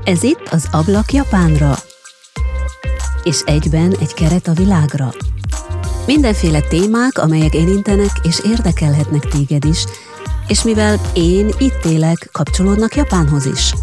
Ez itt az Ablak Japánra, és egyben egy keret a világra. Mindenféle témák, amelyek érintenek és érdekelhetnek téged is, és mivel én itt élek, kapcsolódnak Japánhoz is.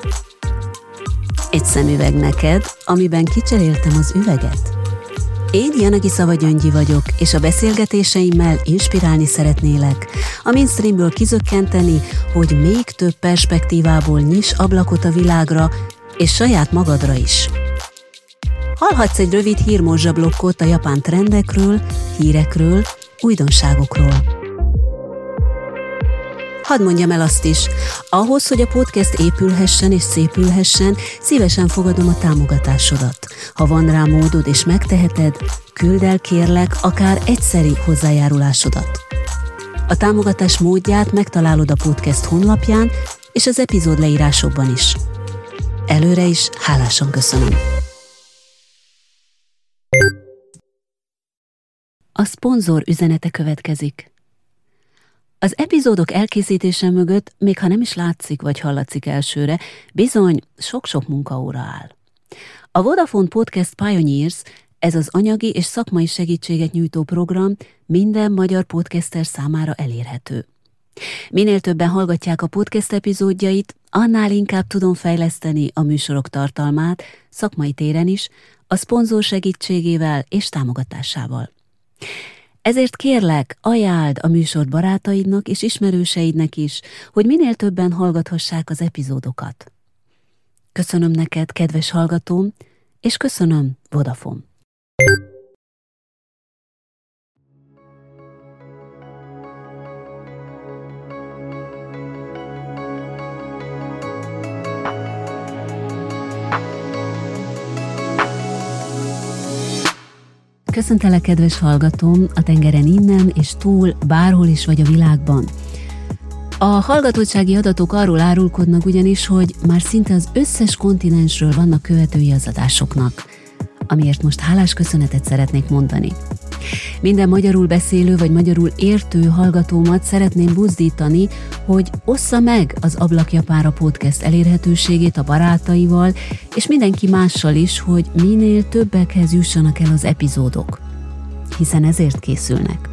Egy szemüveg neked, amiben kicseréltem az üveget. Én Janagisawa Gyöngyi vagyok, és a beszélgetéseimmel inspirálni szeretnélek, a mainstreamből kizökkenteni, hogy még több perspektívából nyiss ablakot a világra, és saját magadra is. Hallhatsz egy rövid hírmorzsablokkot a japán trendekről, hírekről, újdonságokról. Hadd mondjam el azt is, ahhoz, hogy a podcast épülhessen és szépülhessen, szívesen fogadom a támogatásodat. Ha van rá módod és megteheted, küldd el kérlek akár egyszeri hozzájárulásodat. A támogatás módját megtalálod a podcast honlapján és az epizód leírásokban is. Előre is hálásan köszönöm. A szponzor üzenete következik. Az epizódok elkészítése mögött, még ha nem is látszik vagy hallatszik elsőre, bizony sok-sok munkaóra áll. A Vodafone Podcast Pioneers, ez az anyagi és szakmai segítséget nyújtó program minden magyar podcaster számára elérhető. Minél többen hallgatják a podcast epizódjait, annál inkább tudom fejleszteni a műsorok tartalmát, szakmai téren is, a szponzor segítségével és támogatásával. Ezért kérlek, ajánld a műsort barátaidnak és ismerőseidnek is, hogy minél többen hallgathassák az epizódokat. Köszönöm neked, kedves hallgatóm, és köszönöm, Vodafone. Köszöntelek, kedves hallgatóm, a tengeren innen és túl, bárhol is vagy a világban. A hallgatottsági adatok arról árulkodnak ugyanis, hogy már szinte az összes kontinensről vannak követői az adásoknak, amiért most hálás köszönetet szeretnék mondani. Minden magyarul beszélő vagy magyarul értő hallgatómat szeretném buzdítani, hogy ossza meg az Ablak Japánra podcast elérhetőségét a barátaival, és mindenki mással is, hogy minél többekhez jussanak el az epizódok, hiszen ezért készülnek.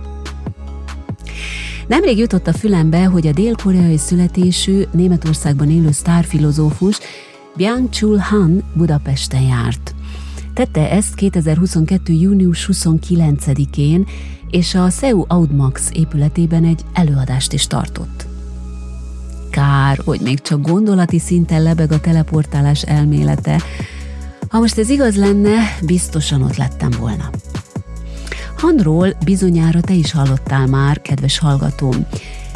Nemrég jutott a fülembe, hogy a dél-koreai születésű, Németországban élő sztárfilozófus Byung-Chul Han Budapesten járt. Tette ezt 2022. június 29-én, és a Seu Audmax épületében egy előadást is tartott. Kár, hogy még csak gondolati szinten lebeg a teleportálás elmélete. Ha most ez igaz lenne, biztosan ott lettem volna. Hanról bizonyára te is hallottál már, kedves hallgatóm.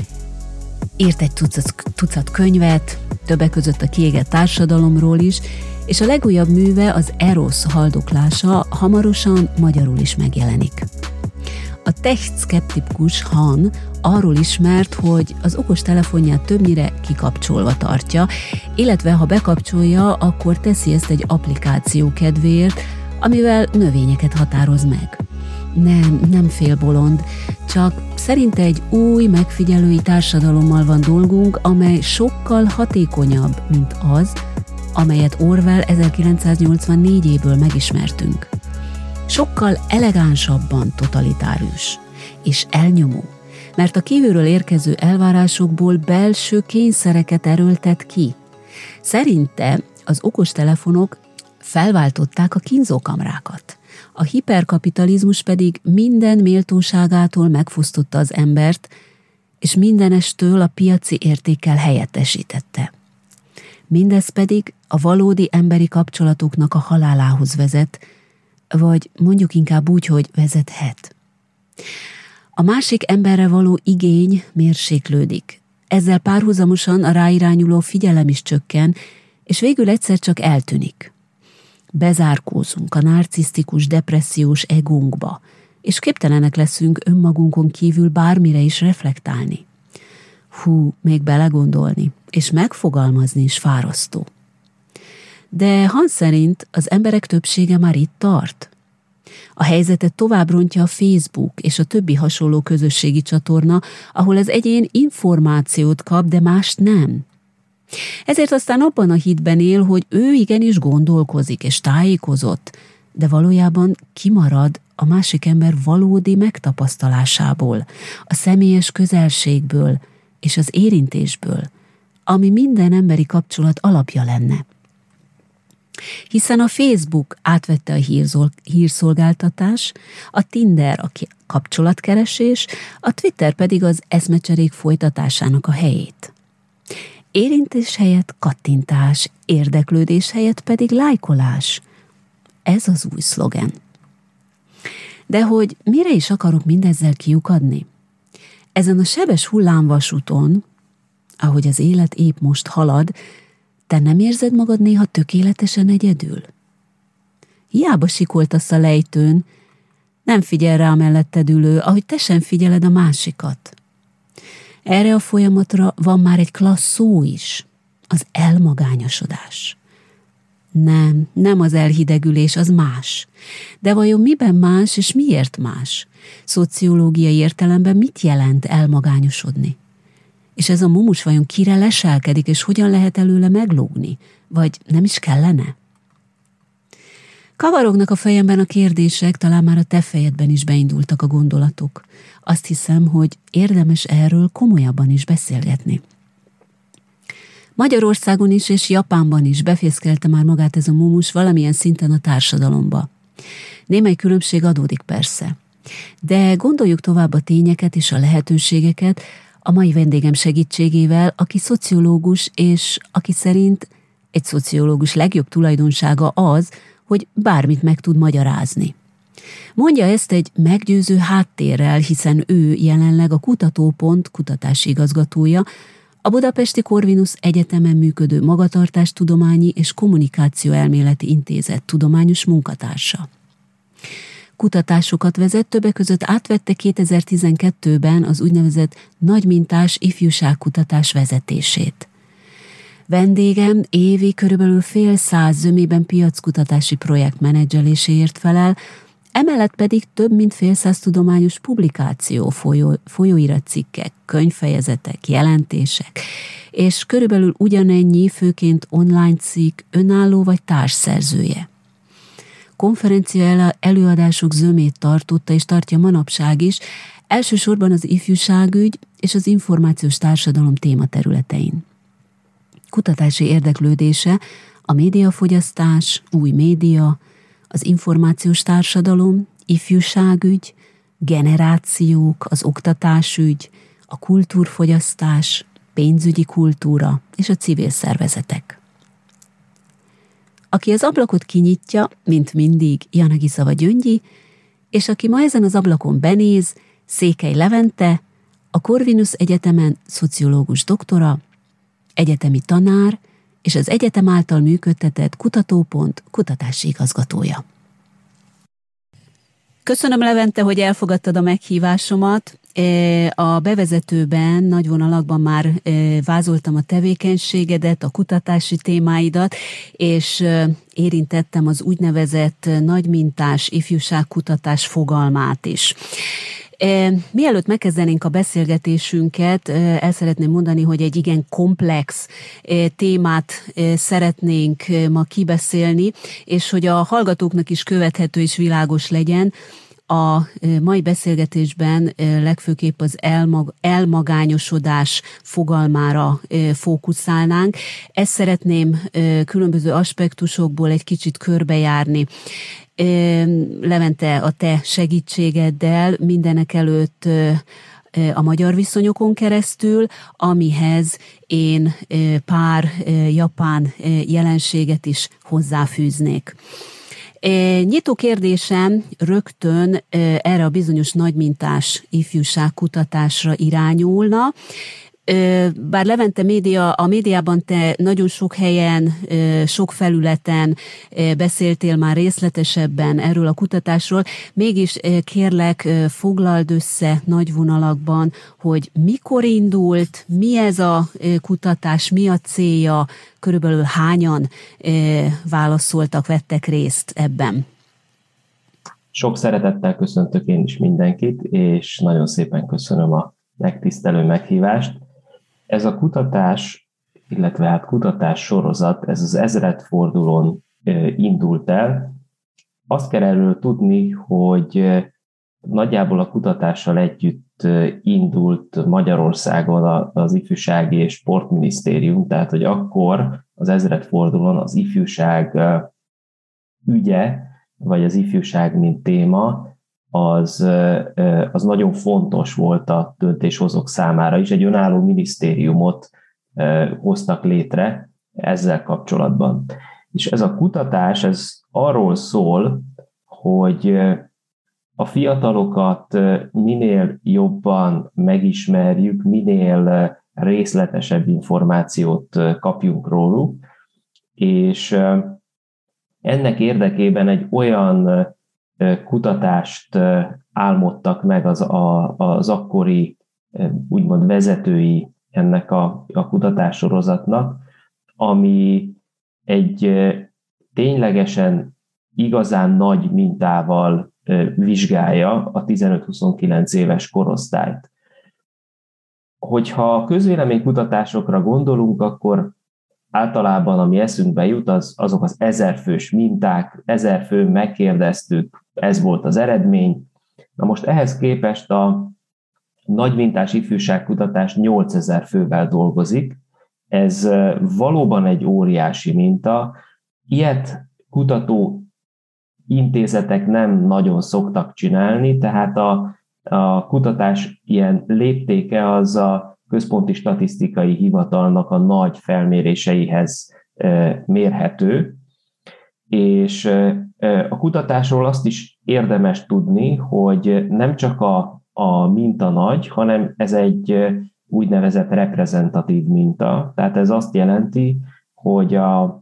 Írt egy tucat könyvet, többek között a kiégett társadalomról is, és a legújabb műve, az Erosz haldoklása hamarosan magyarul is megjelenik. A tech-szkeptikus Han arról ismert, hogy az okostelefonját többnyire kikapcsolva tartja, illetve ha bekapcsolja, akkor teszi ezt egy applikáció kedvéért, amivel növényeket határoz meg. Nem félbolond, csak szerinte egy új megfigyelői társadalommal van dolgunk, amely sokkal hatékonyabb, mint az, amelyet Orwell 1984-éből megismertünk. Sokkal elegánsabban totalitárius és elnyomó, mert a kívülről érkező elvárásokból belső kényszereket erőltet ki. Szerinte az okostelefonok felváltották a kínzókamrákat. A hiperkapitalizmus pedig minden méltóságától megfosztotta az embert, és mindenestől a piaci értékkel helyettesítette. Mindez pedig a valódi emberi kapcsolatoknak a halálához vezet, vagy mondjuk inkább úgy, hogy vezethet. A másik emberre való igény mérséklődik. Ezzel párhuzamosan a ráirányuló figyelem is csökken, és végül egyszer csak eltűnik. Bezárkózunk a narcisztikus, depressziós egónkba, és képtelenek leszünk önmagunkon kívül bármire is reflektálni. Még belegondolni, és megfogalmazni is fárasztó. De Han szerint az emberek többsége már itt tart. A helyzetet tovább rontja a Facebook és a többi hasonló közösségi csatorna, ahol az egyén információt kap, de mást nem. Ezért aztán abban a hitben él, hogy ő igenis gondolkozik és tájékozott, de valójában kimarad a másik ember valódi megtapasztalásából, a személyes közelségből és az érintésből, ami minden emberi kapcsolat alapja lenne. Hiszen a Facebook átvette a hírszolgáltatás, a Tinder a kapcsolatkeresés, a Twitter pedig az eszmecserék folytatásának a helyét. Érintés helyett kattintás, érdeklődés helyett pedig lájkolás. Ez az új szlogen. De hogy mire is akarok mindezzel kiukadni? Ezen a sebes hullámvasúton, ahogy az élet épp most halad, te nem érzed magad néha tökéletesen egyedül? Hiába sikoltasz a lejtőn, nem figyel rá a melletted ülő, ahogy te sem figyeled a másikat. Erre a folyamatra van már egy klassz szó is, az elmagányosodás. Nem az elhidegülés, az más. De vajon miben más és miért más? Szociológiai értelemben mit jelent elmagányosodni? És ez a mumus vajon kire leselkedik, és hogyan lehet előle meglógni? Vagy nem is kellene? Kavarognak a fejemben a kérdések, talán már a te fejedben is beindultak a gondolatok. Azt hiszem, hogy érdemes erről komolyabban is beszélgetni. Magyarországon is és Japánban is befészkelte már magát ez a mumus valamilyen szinten a társadalomba. Némely különbség adódik persze. De gondoljuk tovább a tényeket és a lehetőségeket a mai vendégem segítségével, aki szociológus, és aki szerint egy szociológus legjobb tulajdonsága az, hogy bármit meg tud magyarázni. Mondja ezt egy meggyőző háttérrel, hiszen ő jelenleg a Kutatópont kutatási igazgatója, a Budapesti Corvinus Egyetemen működő Magatartástudományi és Kommunikációelméleti Intézet tudományos munkatársa. Kutatásokat vezet, többek között átvette 2012-ben az úgynevezett nagymintás ifjúságkutatás vezetését. Vendégem évi körülbelül fél száz zömében piackutatási projekt menedzseléséért felel, emellett pedig több mint fél száz tudományos publikáció, folyóiratcikkek, könyvfejezetek, jelentések, és körülbelül ugyanennyi, főként online cikk, önálló vagy társszerzője. Konferencia előadások zömét tartotta és tartja manapság is, elsősorban az ifjúságügy és az információs társadalom tématerületein. Kutatási érdeklődése a médiafogyasztás, új média, az információs társadalom, ifjúságügy, generációk, az oktatásügy, a kultúrfogyasztás, pénzügyi kultúra és a civil szervezetek. Aki az ablakot kinyitja, mint mindig, Janagi Szava Gyöngyi, és aki ma ezen az ablakon benéz, Székely Levente, a Corvinus Egyetemen szociológus doktora, egyetemi tanár és az egyetem által működtetett Kutatópont kutatási igazgatója. Köszönöm, Levente, hogy elfogadtad a meghívásomat. A bevezetőben nagy vonalakban már vázoltam a tevékenységedet, a kutatási témáidat, és érintettem az úgynevezett nagymintás ifjúságkutatás fogalmát is. Mielőtt megkezdenénk a beszélgetésünket, el szeretném mondani, hogy egy igen komplex témát szeretnénk ma kibeszélni, és hogy a hallgatóknak is követhető és világos legyen, a mai beszélgetésben legfőképp az elmagányosodás fogalmára fókuszálnánk. Ezt szeretném különböző aspektusokból egy kicsit körbejárni. Levente, a te segítségeddel mindenekelőtt a magyar viszonyokon keresztül, amihez én pár japán jelenséget is hozzáfűznék. Nyitó kérdésem rögtön erre a bizonyos nagymintás ifjúságkutatásra irányulna. Bár Levente, a médiában te nagyon sok helyen, sok felületen beszéltél már részletesebben erről a kutatásról, mégis kérlek, foglald össze nagy vonalakban, hogy mikor indult, mi ez a kutatás, mi a célja, körülbelül hányan válaszoltak, vettek részt ebben? Sok szeretettel köszöntök én is mindenkit, és nagyon szépen köszönöm a megtisztelő meghívást. Ez a kutatás illetve hát kutatás sorozat, ez az ezredfordulón indult el. Azt kell erről tudni, hogy nagyjából a kutatással együtt indult Magyarországon az Ifjúsági és Sportminisztérium, tehát hogy akkor az ezredfordulón az ifjúság ügye, vagy az ifjúság mint téma, az nagyon fontos volt a döntéshozók számára is. Egy önálló minisztériumot hoztak létre ezzel kapcsolatban. És ez a kutatás, ez arról szól, hogy a fiatalokat minél jobban megismerjük, minél részletesebb információt kapjunk róluk, és ennek érdekében egy olyan kutatást álmodtak meg az akkori úgymond vezetői ennek a kutatássorozatnak, ami egy ténylegesen igazán nagy mintával vizsgálja a 15-29 éves korosztályt. Hogyha a közvéleménykutatásokra gondolunk, akkor általában ami eszünkbe jut, azok az 1000 fős minták, 1000 fő megkérdeztük, ez volt az eredmény. Na most ehhez képest a nagy mintás ifjúságkutatás 8000 fővel dolgozik. Ez valóban egy óriási minta. Ilyet kutató intézetek nem nagyon szoktak csinálni, tehát a kutatás ilyen léptéke az a Központi Statisztikai Hivatalnak a nagy felméréseihez mérhető, és a kutatásról azt is érdemes tudni, hogy nem csak a minta nagy, hanem ez egy úgynevezett reprezentatív minta. Tehát ez azt jelenti, hogy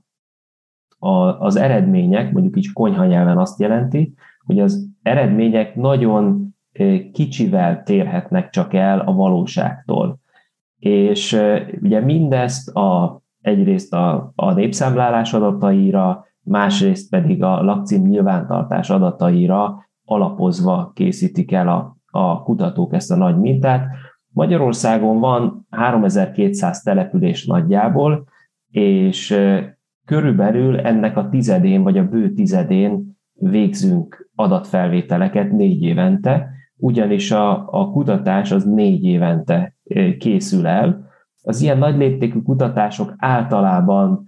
az eredmények, mondjuk így konyha nyelven azt jelenti, hogy az eredmények nagyon kicsivel térhetnek csak el a valóságtól. És ugye mindezt egyrészt a népszámlálás adataira, másrészt pedig a lakcím nyilvántartás adataira alapozva készítik el a kutatók ezt a nagy mintát. Magyarországon van 3200 település nagyjából, és körülbelül ennek a tizedén, vagy a bő tizedén végzünk adatfelvételeket 4 évente, ugyanis a kutatás az 4 évente készül el. Az ilyen nagy léptékű kutatások általában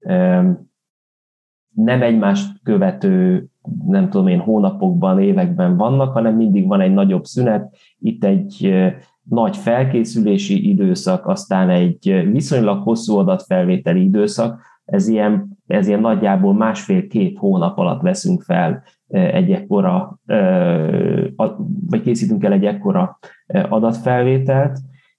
nem egymást követő, nem tudom én, hónapokban, években vannak, hanem mindig van egy nagyobb szünet, itt egy nagy felkészülési időszak, aztán egy viszonylag hosszú adatfelvételi időszak, ez ilyen nagyjából 1,5-2 hónap alatt veszünk fel egy ekkora, vagy készítünk el egy ekkora adatfelvételt,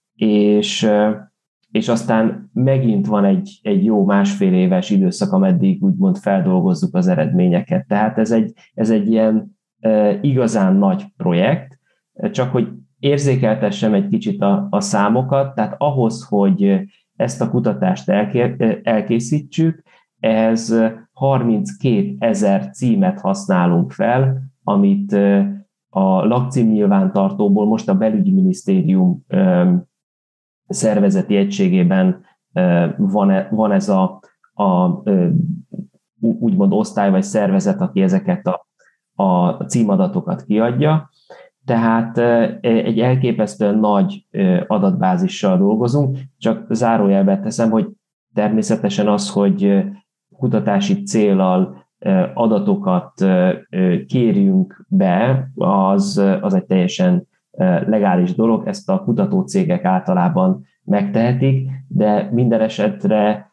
és aztán megint van egy jó 1,5 éves időszak, ameddig úgymond feldolgozzuk az eredményeket. Tehát ez egy ilyen igazán nagy projekt, csak hogy érzékeltessem egy kicsit a számokat, tehát ahhoz, hogy ezt a kutatást elkészítsük, ehhez 32 000 címet használunk fel, amit a lakcím nyilvántartóból most a Belügyminisztérium szervezeti egységében van ez a úgymond osztály vagy szervezet, aki ezeket a címadatokat kiadja. Tehát egy elképesztően nagy adatbázissal dolgozunk, csak zárójelbe teszem, hogy természetesen az, hogy kutatási céllal adatokat kérjünk be, az egy teljesen legális dolog, ezt a kutatócégek általában megtehetik, de minden esetre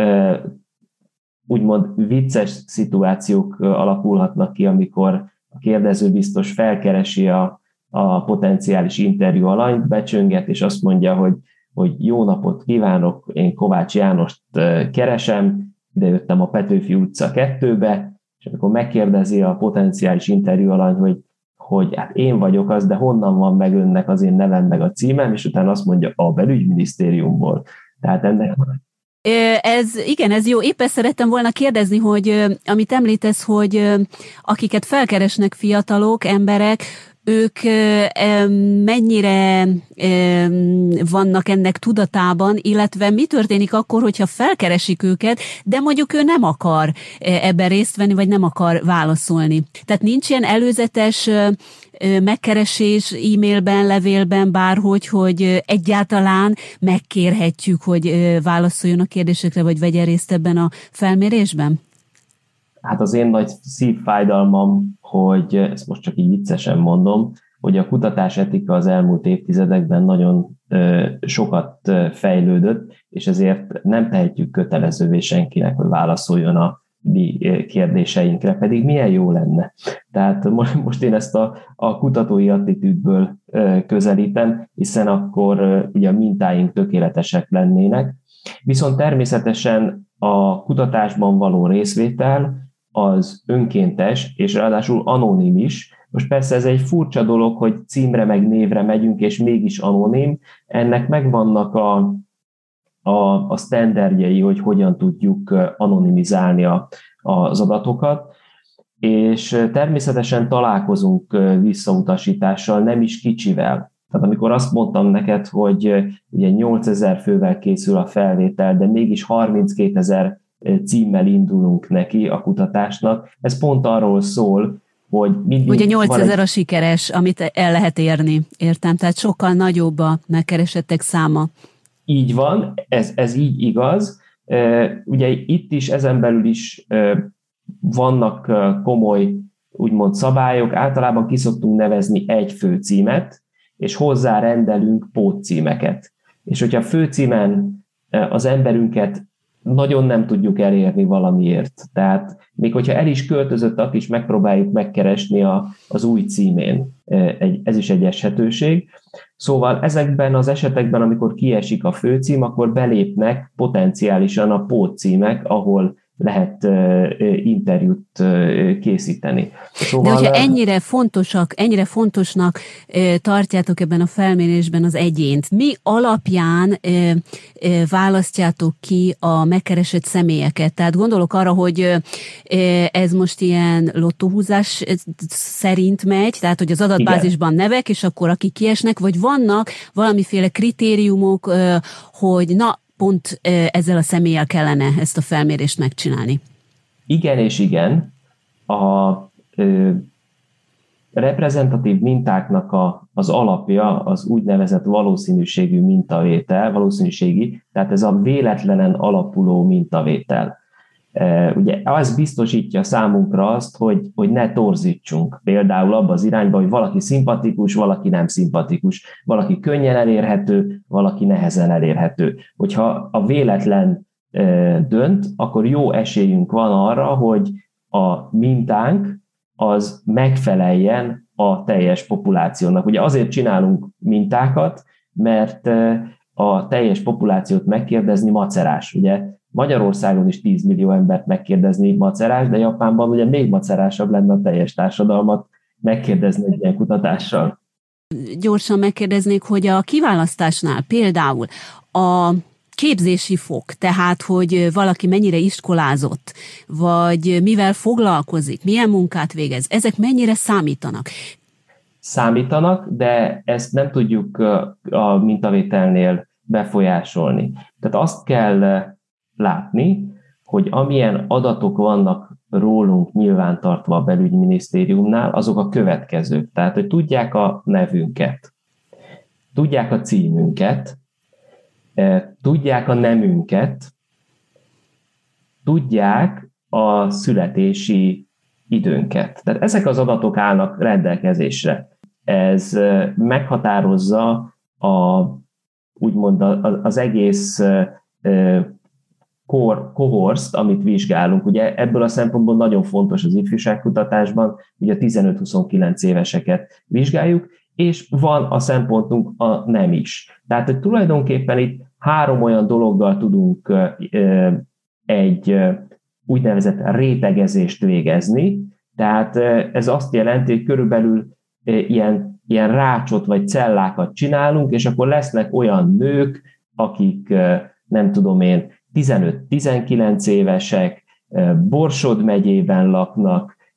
úgymond vicces szituációk alakulhatnak ki, amikor a kérdező biztos felkeresi a potenciális interjú alanyt, becsönget, és azt mondja, hogy jó napot kívánok, én Kovács Jánost keresem, ide jöttem a Petőfi utca 2-be, és akkor megkérdezi a potenciális interjú alany, hogy hát én vagyok az, de honnan van meg önnek az én nevem meg a címem, és utána azt mondja a Belügyminisztériumból. Tehát ennek... Ez jó. Éppen szerettem volna kérdezni, hogy amit említesz, hogy akiket felkeresnek fiatalok, emberek, ők mennyire vannak ennek tudatában, illetve mi történik akkor, hogyha felkeresik őket, de mondjuk ő nem akar ebben részt venni, vagy nem akar válaszolni. Tehát nincs ilyen előzetes megkeresés e-mailben, levélben, bárhogy, hogy egyáltalán megkérhetjük, hogy válaszoljon a kérdésekre, vagy vegyen részt ebben a felmérésben? Hát az én nagy szívfájdalmam, hogy ezt most csak így viccesen mondom, hogy a kutatásetika az elmúlt évtizedekben nagyon sokat fejlődött, és ezért nem tehetjük kötelezővé senkinek, hogy válaszoljon a mi kérdéseinkre, pedig milyen jó lenne. Tehát most én ezt a kutatói attitűdből közelítem, hiszen akkor ugye a mintáink tökéletesek lennének. Viszont természetesen a kutatásban való részvétel az önkéntes, és ráadásul anonim is. Most persze ez egy furcsa dolog, hogy címre meg névre megyünk, és mégis anonim. Ennek megvannak a sztenderdjei, hogy hogyan tudjuk anonimizálni az adatokat, és természetesen találkozunk visszautasítással, nem is kicsivel. Tehát amikor azt mondtam neked, hogy ugye 8000 fővel készül a felvétel, de mégis 32 000 címmel indulunk neki a kutatásnak, ez pont arról szól, hogy mindig... Ugye 8000 a sikeres, amit el lehet érni, értem? Tehát sokkal nagyobb a megkeresettek száma. Így van, ez így igaz. Ugye itt is, ezen belül is vannak komoly, úgymond szabályok, általában ki szoktunk nevezni egy főcímet, és hozzá rendelünk pótcímeket. És hogyha a főcímen az emberünket nagyon nem tudjuk elérni valamiért, tehát még hogyha el is költözött, akkor is megpróbáljuk megkeresni az új címén. Ez is egy eshetőség. Szóval ezekben az esetekben, amikor kiesik a főcím, akkor belépnek potenciálisan a pótcímek, ahol lehet interjút készíteni. Szóval... De hogyha ennyire fontosnak tartjátok ebben a felmérésben az egyént, mi alapján választjátok ki a megkeresett személyeket? Tehát gondolok arra, hogy ez most ilyen lottóhúzás szerint megy, tehát hogy az adatbázisban nevek, és akkor akik kiesnek, vagy vannak valamiféle kritériumok, hogy pont ezzel a személlyel kellene ezt a felmérést megcsinálni. Igen és igen. A reprezentatív mintáknak az alapja az úgynevezett valószínűségi, tehát ez a véletlenen alapuló mintavétel. Ugye az biztosítja számunkra azt, hogy ne torzítsunk. Például abba az irányba, hogy valaki szimpatikus, valaki nem szimpatikus, valaki könnyen elérhető, valaki nehezen elérhető. Hogyha a véletlen dönt, akkor jó esélyünk van arra, hogy a mintánk az megfeleljen a teljes populációnak. Ugye azért csinálunk mintákat, mert a teljes populációt megkérdezni macerás. Ugye Magyarországon is 10 millió embert megkérdezni macerás, de Japánban ugye még macerásabb lenne a teljes társadalmat megkérdezni egy ilyen kutatással. Gyorsan megkérdeznék, hogy a kiválasztásnál például a képzési fok, tehát hogy valaki mennyire iskolázott, vagy mivel foglalkozik, milyen munkát végez, ezek mennyire számítanak? Számítanak, de ezt nem tudjuk a mintavételnél befolyásolni. Tehát azt kell látni, hogy amilyen adatok vannak rólunk nyilvántartva a belügyminisztériumnál, azok a következők. Tehát, hogy tudják a nevünket, tudják a címünket, tudják a nemünket, tudják a születési időnket. Tehát ezek az adatok állnak rendelkezésre. Ez meghatározza úgymond az egész kohorzt, amit vizsgálunk. Ugye ebből a szempontból nagyon fontos az ifjúságkutatásban, ugye a 15-29 éveseket vizsgáljuk, és van a szempontunk a nem is. Tehát, hogy tulajdonképpen itt 3 olyan dologgal tudunk egy úgynevezett rétegezést végezni, tehát ez azt jelenti, hogy körülbelül ilyen rácsot vagy cellákat csinálunk, és akkor lesznek olyan nők, akik nem tudom én, 15-19 évesek, Borsod megyében laknak,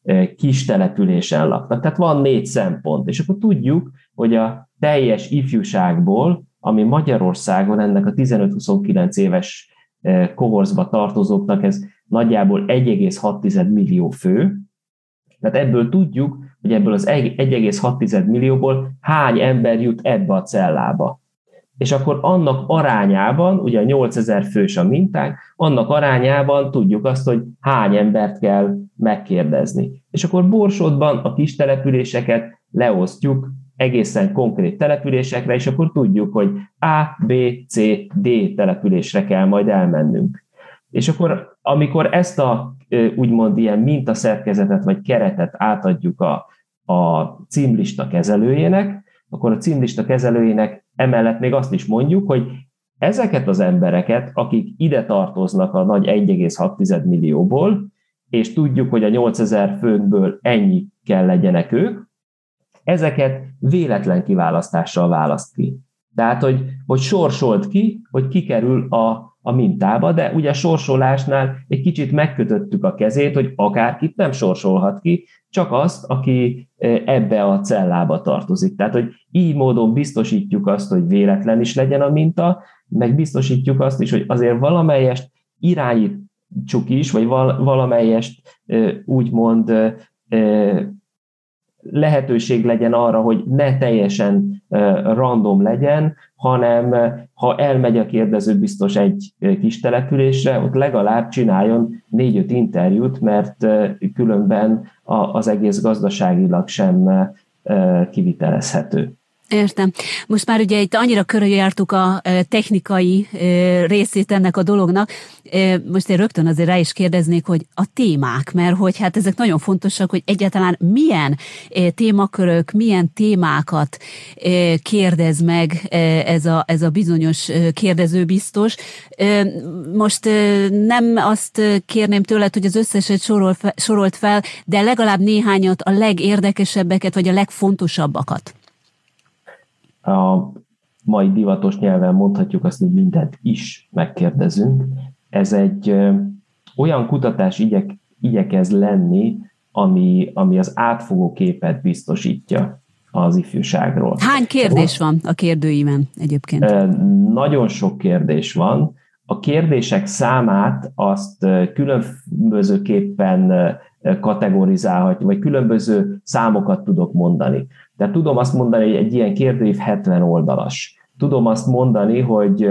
kis településen laknak. Tehát van 4 szempont, és akkor tudjuk, hogy a teljes ifjúságból, ami Magyarországon ennek a 15-29 éves kohorszba tartozóknak, ez nagyjából 1,6 millió fő, tehát ebből tudjuk, hogy ebből az 1,6 millióból hány ember jut ebbe a cellába. És akkor annak arányában, ugye 8000 fős a mintánk, annak arányában tudjuk azt, hogy hány embert kell megkérdezni. És akkor Borsodban a kis településeket leosztjuk egészen konkrét településekre, és akkor tudjuk, hogy A, B, C, D településre kell majd elmennünk. És akkor, amikor ezt a úgymond ilyen mintaszerkezetet vagy keretet átadjuk a címlista kezelőjének, akkor a címlista kezelőjének emellett még azt is mondjuk, hogy ezeket az embereket, akik ide tartoznak a nagy 1,6 millióból, és tudjuk, hogy a 8000 főnkből ennyi kell legyenek ők, ezeket véletlen kiválasztással választ ki. Tehát, hogy sorsolt ki, hogy kikerül a mintába, de ugye a sorsolásnál egy kicsit megkötöttük a kezét, hogy akárkit nem sorsolhat ki, csak azt, aki ebbe a cellába tartozik. Tehát, hogy így módon biztosítjuk azt, hogy véletlen is legyen a minta, meg biztosítjuk azt is, hogy azért valamelyest irányítsuk is, vagy valamelyest úgymond lehetőség legyen arra, hogy ne teljesen random legyen, hanem ha elmegy a kérdező biztos egy kis településre, ott legalább csináljon 4-5 interjút, mert különben az egész gazdaságilag sem kivitelezhető. Értem. Most már ugye itt annyira körüljártuk a technikai részét ennek a dolognak, most én rögtön azért rá is kérdeznék, hogy a témák, mert hogy hát ezek nagyon fontosak, hogy egyáltalán milyen témakörök, milyen témákat kérdez meg ez a bizonyos kérdezőbiztos. Most nem azt kérném tőled, hogy az összeset sorolt fel, de legalább néhányat, a legérdekesebbeket, vagy a legfontosabbakat. A mai divatos nyelven mondhatjuk azt, hogy mindent is megkérdezünk. Ez egy olyan kutatás igyekez lenni, ami az átfogó képet biztosítja az ifjúságról. Hány kérdés van a kérdőíven egyébként? Nagyon sok kérdés van. A kérdések számát azt különbözőképpen kategorizálhatjuk, vagy különböző számokat tudok mondani. De tudom azt mondani, hogy egy ilyen kérdőív 70 oldalas. Tudom azt mondani, hogy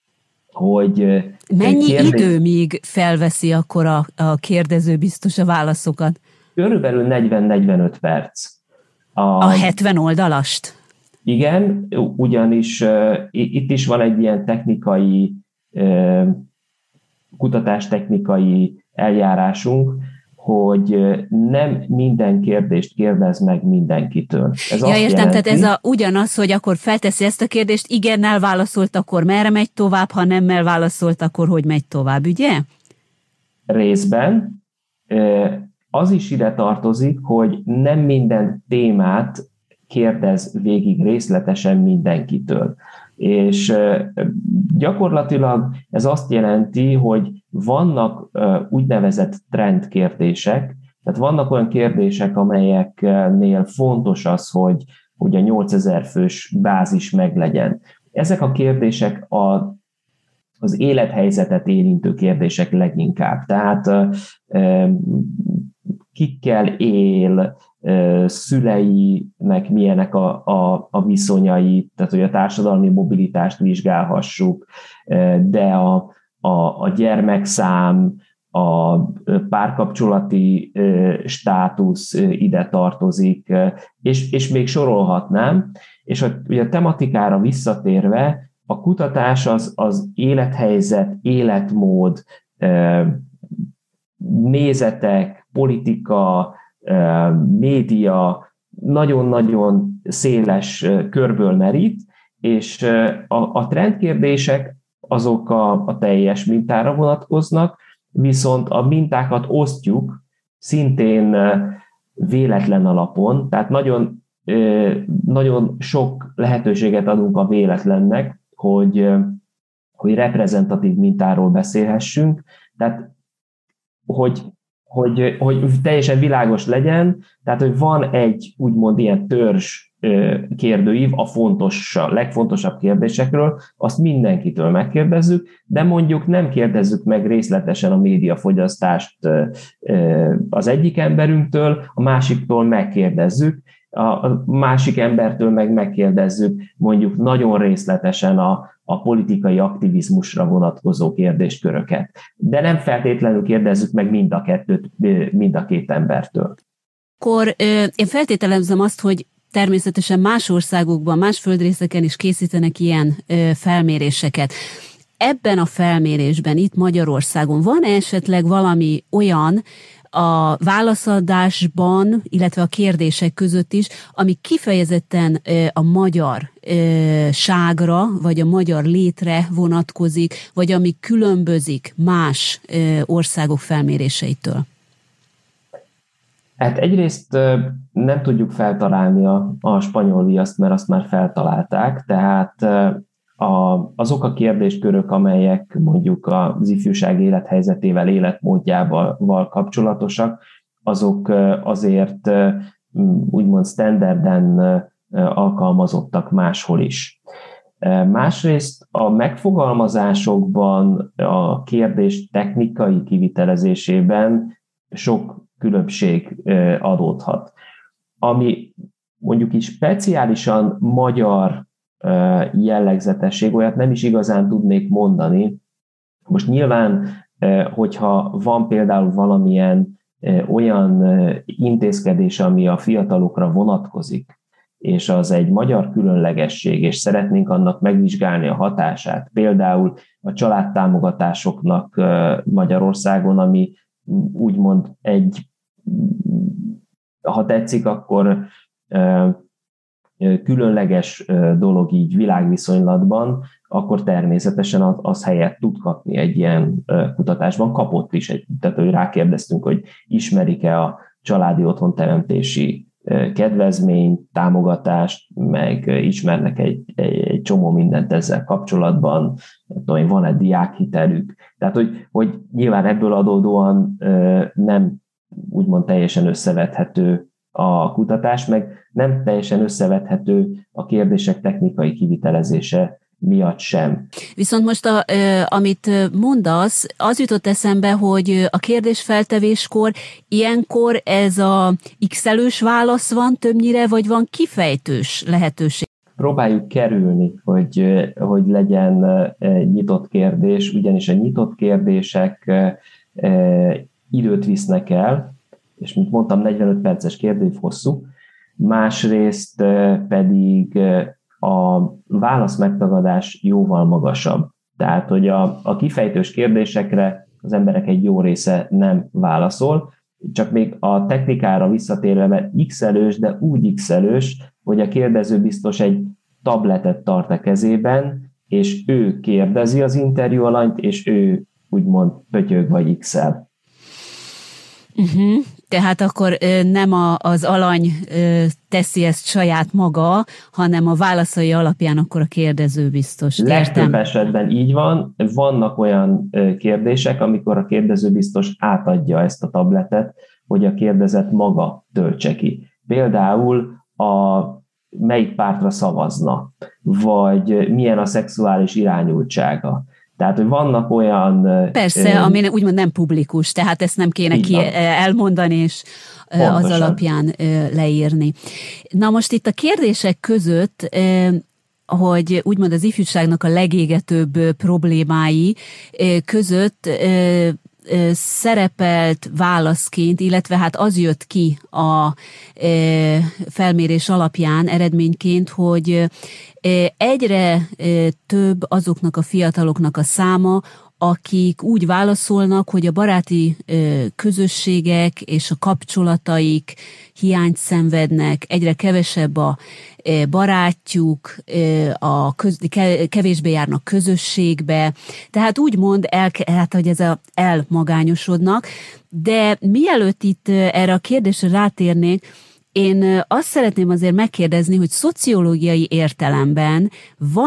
mennyi idő, míg felveszi akkor a kérdező biztos a válaszokat? Körülbelül 40-45 perc. A 70 oldalast? Igen, ugyanis itt is van egy ilyen technikai, kutatástechnikai eljárásunk, hogy nem minden kérdést kérdez meg mindenkitől. Ez ja, értem, tehát ez ugyanaz, hogy akkor felteszi ezt a kérdést, igennel válaszolt, akkor merre megy tovább, ha nemmel válaszolt, akkor hogy megy tovább, ugye? Részben. Az is ide tartozik, hogy nem minden témát kérdez végig részletesen mindenkitől. És gyakorlatilag ez azt jelenti, hogy vannak úgynevezett trendkérdések, tehát vannak olyan kérdések, amelyeknél fontos az, hogy a 8000 fős bázis meglegyen. Ezek a kérdések az élethelyzetet érintő kérdések leginkább. Tehát kikkel él, szüleinek milyenek a viszonyai, tehát hogy a társadalmi mobilitást vizsgálhassuk, de a gyermekszám, a párkapcsolati státusz ide tartozik, és még sorolhatnám. És ugye a tematikára visszatérve, a kutatás az élethelyzet, életmód, nézetek, politika, média nagyon-nagyon széles körből merít, és a trendkérdések azok a teljes mintára vonatkoznak, viszont a mintákat osztjuk szintén véletlen alapon, tehát nagyon sok lehetőséget adunk a véletlennek, hogy reprezentatív mintáról beszélhessünk, tehát hogy hogy teljesen világos legyen, tehát, hogy van egy úgymond ilyen törzs kérdőív a legfontosabb kérdésekről, azt mindenkitől megkérdezzük, de mondjuk nem kérdezzük meg részletesen a médiafogyasztást az egyik emberünktől, a másiktól megkérdezzük, a másik embertől meg megkérdezzük mondjuk nagyon részletesen a politikai aktivizmusra vonatkozó kérdésköröket. De nem feltétlenül kérdezzük meg mind a két embertől. Akkor én feltételezem azt, hogy természetesen más országokban, más földrészeken is készítenek ilyen felméréseket. Ebben a felmérésben, itt Magyarországon van esetleg valami olyan a válaszadásban, illetve a kérdések között is, ami kifejezetten a magyarságra, vagy a magyar létre vonatkozik, vagy ami különbözik más országok felméréseitől? Hát egyrészt nem tudjuk feltalálni a spanyol viaszt, mert azt már feltalálták, tehát azok a kérdéskörök, amelyek mondjuk az ifjúság élethelyzetével, életmódjával kapcsolatosak, azok azért úgymond standarden alkalmazottak máshol is. Másrészt a megfogalmazásokban, a kérdés technikai kivitelezésében sok különbség adódhat. Ami mondjuk is speciálisan magyar jellegzetesség, olyat nem is igazán tudnék mondani. Most nyilván, hogyha van például valamilyen olyan intézkedés, ami a fiatalokra vonatkozik, és az egy magyar különlegesség, és szeretnénk annak megvizsgálni a hatását, például a családtámogatásoknak Magyarországon, ami úgymond ha tetszik, akkor különleges dolog így világviszonylatban, akkor természetesen az helyet tud kapni egy ilyen kutatásban, kapott is. Tehát, hogy rákérdeztünk, hogy ismerik-e a családi otthonteremtési kedvezményt, támogatást, meg ismernek egy csomó mindent ezzel kapcsolatban, van-e diákhitelük. Tehát, hogy nyilván ebből adódóan nem úgymond teljesen összevethető a kutatás, meg nem teljesen összevethető a kérdések technikai kivitelezése miatt sem. Viszont most, amit mondasz, az jutott eszembe, hogy a kérdésfeltevéskor ilyenkor ez a x-elős válasz van többnyire, vagy van kifejtős lehetőség? Próbáljuk kerülni, hogy legyen nyitott kérdés, ugyanis a nyitott kérdések időt visznek el, és mint mondtam, 45 perces kérdőív hosszú, másrészt pedig a válasz megtagadás jóval magasabb. Tehát, hogy a kifejtős kérdésekre az emberek egy jó része nem válaszol, csak még a technikára visszatérve x-elős, de úgy x-elős, hogy a kérdező biztos egy tabletet tart a kezében, és ő kérdezi az interjú alanyt, és ő úgymond pötyög vagy x-el. Tehát akkor nem az alany teszi ezt saját maga, hanem a válaszai alapján akkor a kérdező biztos. Legtöbb esetben így van. Vannak olyan kérdések, amikor a kérdező biztos átadja ezt a tabletet, hogy a kérdezett maga töltse ki. Például melyik pártra szavazna, vagy milyen a szexuális irányultsága. Tehát, hogy vannak olyan... Persze, ami úgymond nem publikus, tehát ezt nem kéne elmondani, és pontosan az alapján leírni. Na most itt a kérdések között, hogy úgymond az ifjúságnak a legégetőbb problémái között szerepelt válaszként, illetve hát az jött ki a felmérés alapján eredményként, hogy egyre több azoknak a fiataloknak a száma, akik úgy válaszolnak, hogy a baráti közösségek és a kapcsolataik hiányt szenvednek, egyre kevesebb a barátjuk, kevésbé járnak közösségbe, tehát úgymond hogy ez elmagányosodnak, de mielőtt itt erre a kérdésre rátérnék, én azt szeretném azért megkérdezni, hogy szociológiai értelemben van-e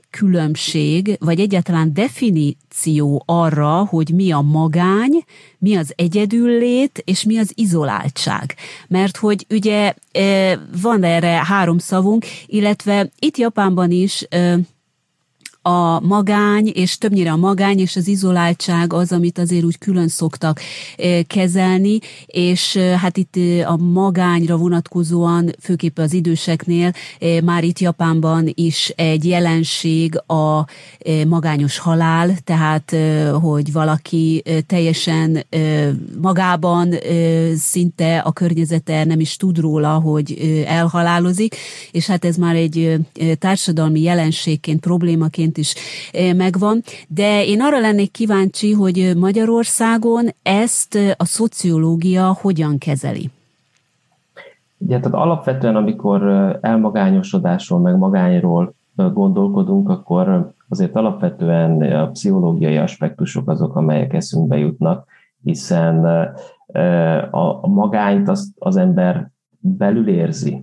különbség, vagy egyáltalán definíció arra, hogy mi a magány, mi az egyedüllét, és mi az izoláltság. Mert hogy ugye van erre 3 szavunk, illetve itt Japánban is a magány, és többnyire a magány és az izoláltság az, amit azért úgy külön szoktak kezelni, és hát itt a magányra vonatkozóan, főképp az időseknél, már itt Japánban is egy jelenség a magányos halál, tehát hogy valaki teljesen magában, szinte a környezete nem is tud róla, hogy elhalálozik, és hát ez már egy társadalmi jelenségként, problémaként is megvan, de én arra lennék kíváncsi, hogy Magyarországon ezt a szociológia hogyan kezeli? Ugye, tehát alapvetően, amikor elmagányosodásról, meg magányról gondolkodunk, akkor azért alapvetően a pszichológiai aspektusok azok, amelyek eszünkbe jutnak, hiszen a magányt az ember belül érzi,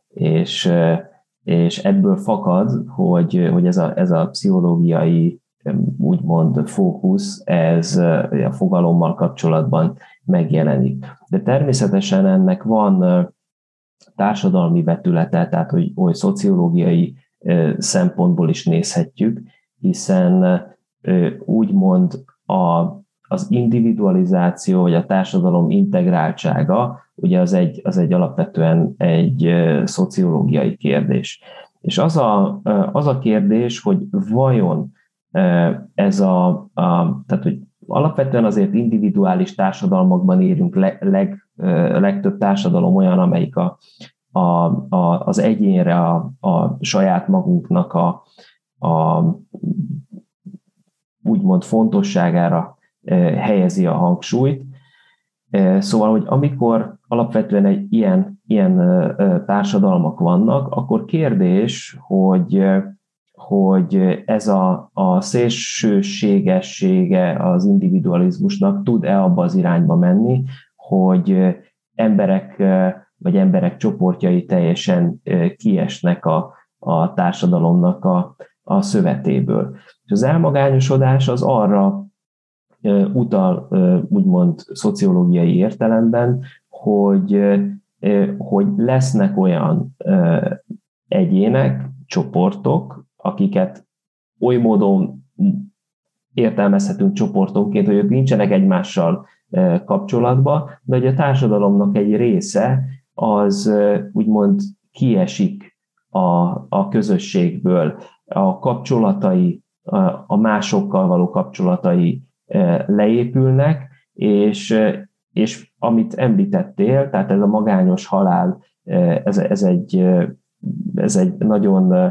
és ebből fakad, hogy ez a pszichológiai úgymond fókusz, ez a fogalommal kapcsolatban megjelenik. De természetesen ennek van társadalmi vetülete, tehát hogy szociológiai szempontból is nézhetjük, hiszen úgymond az individualizáció, vagy a társadalom integráltsága, ugye az egy alapvetően egy szociológiai kérdés. És az a kérdés, hogy vajon tehát hogy alapvetően azért individuális társadalmakban élünk, legtöbb társadalom olyan, amelyik az egyénre, a saját magunknak a úgymond fontosságára helyezi a hangsúlyt. Szóval, hogy amikor alapvetően egy ilyen társadalmak vannak, akkor kérdés, hogy ez a szélsőségessége az individualizmusnak tud-e abba az irányba menni, hogy emberek csoportjai teljesen kiesnek a társadalomnak a szövetéből. És az elmagányosodás az arra utal, úgymond szociológiai értelemben, hogy lesznek olyan egyének, csoportok, akiket oly módon értelmezhetünk csoportonként, hogy ők nincsenek egymással kapcsolatban, de hogy a társadalomnak egy része az úgymond kiesik a közösségből, a kapcsolatai, a másokkal való kapcsolatai leépülnek, és amit említettél, tehát ez a magányos halál, ez egy nagyon,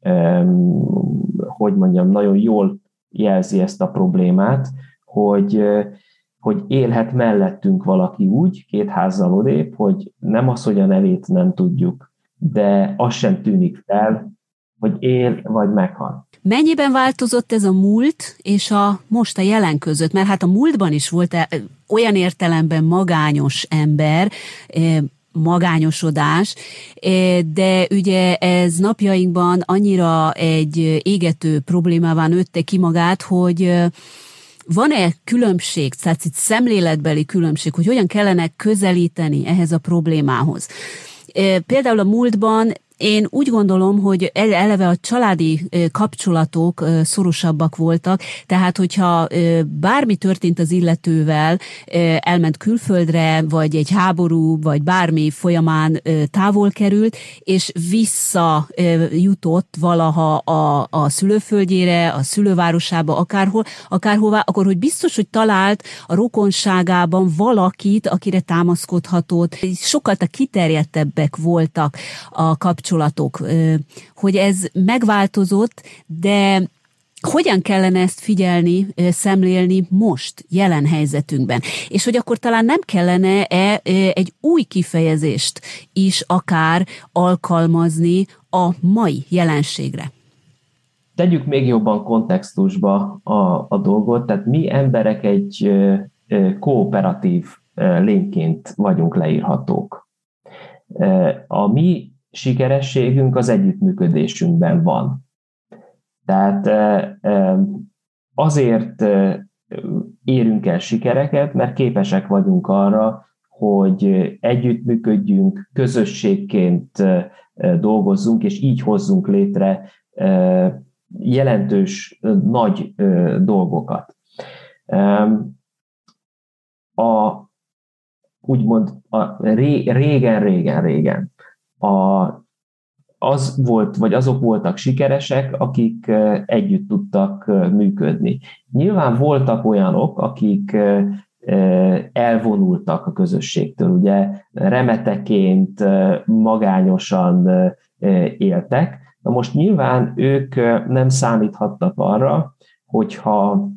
nagyon jól jelzi ezt a problémát, hogy élhet mellettünk valaki úgy, 2 házzal odébb, hogy nem az, hogy a nevét nem tudjuk, de az sem tűnik fel, hogy él vagy meghal. Mennyiben változott ez a múlt és most a jelen között? Mert hát a múltban is volt olyan értelemben magányos ember, magányosodás, de ugye ez napjainkban annyira egy égető problémává nőtte ki magát, hogy van-e különbség, tehát itt szemléletbeli különbség, hogy hogyan kellene közelíteni ehhez a problémához? Például a múltban én úgy gondolom, hogy eleve a családi kapcsolatok szorosabbak voltak, tehát hogyha bármi történt az illetővel, elment külföldre, vagy egy háború, vagy bármi folyamán távol került, és visszajutott valaha a szülőföldjére, a szülővárosába, akárhová, akkor hogy biztos, hogy talált a rokonságában valakit, akire támaszkodhatott. Sokkal kiterjedtebbek voltak a kapcsolatok, hogy ez megváltozott, de hogyan kellene ezt figyelni, szemlélni most, jelen helyzetünkben? És hogy akkor talán nem kellene-e egy új kifejezést is akár alkalmazni a mai jelenségre? Tegyük még jobban kontextusba a dolgot, tehát mi emberek egy kooperatív lényként vagyunk leírhatók. A mi sikerességünk az együttműködésünkben van. Tehát azért érünk el sikereket, mert képesek vagyunk arra, hogy együttműködjünk, közösségként dolgozzunk, és így hozzunk létre jelentős, nagy dolgokat. Úgymond régen azok voltak sikeresek, akik együtt tudtak működni. Nyilván voltak olyanok, akik elvonultak a közösségtől, ugye remeteként, magányosan éltek. Na most nyilván ők nem számíthattak arra, hogyha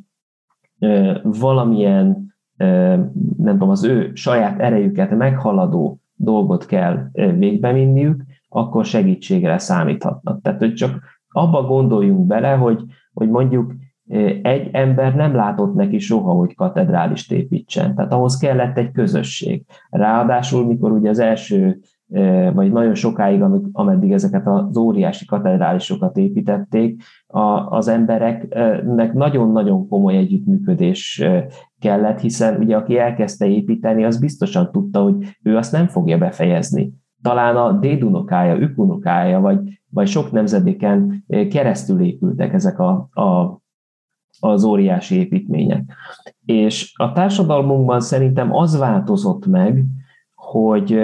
valamilyen, nem tudom, az ő saját erejüket meghaladó dolgot kell végbevinniük, akkor segítségre számíthatnak. Tehát, hogy csak abba gondoljunk bele, hogy mondjuk egy ember nem látott neki soha, hogy katedrálist építsen. Tehát ahhoz kellett egy közösség. Ráadásul, mikor ugye az első, vagy nagyon sokáig, ameddig ezeket az óriási katedrálisokat építették, az embereknek nagyon-nagyon komoly együttműködés kellett, hiszen ugye aki elkezdte építeni, az biztosan tudta, hogy ő azt nem fogja befejezni. Talán a dédunokája, ükunokája, vagy sok nemzedéken keresztül épültek ezek az óriási építmények. És a társadalmunkban szerintem az változott meg, hogy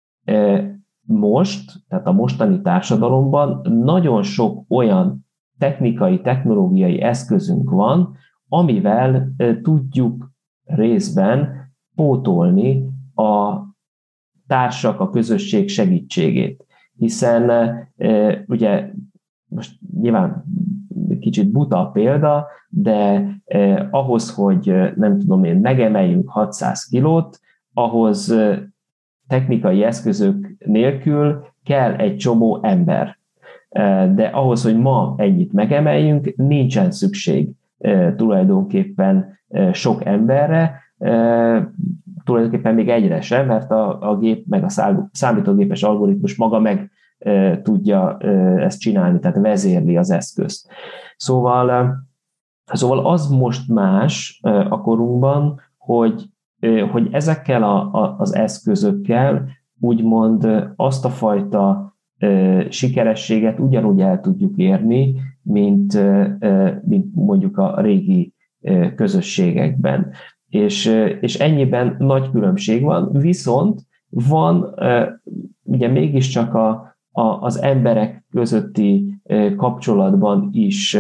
most, tehát a mostani társadalomban nagyon sok olyan technológiai eszközünk van, amivel tudjuk részben pótolni a társak, a közösség segítségét. Hiszen ugye most nyilván kicsit buta a példa, de ahhoz, hogy nem tudom én, megemeljünk 600 kilót, ahhoz technikai eszközök nélkül kell egy csomó ember. De ahhoz, hogy ma ennyit megemeljünk, nincsen szükség tulajdonképpen sok emberre, tulajdonképpen még egyre sem, mert a gép meg a számítógépes algoritmus maga meg tudja ezt csinálni, tehát vezérli az eszközt. Szóval az most más a korunkban, hogy ezekkel az eszközökkel úgymond azt a fajta sikerességet ugyanúgy el tudjuk érni, mint mondjuk a régi közösségekben. És ennyiben nagy különbség van, viszont van ugye mégiscsak az emberek közötti kapcsolatban is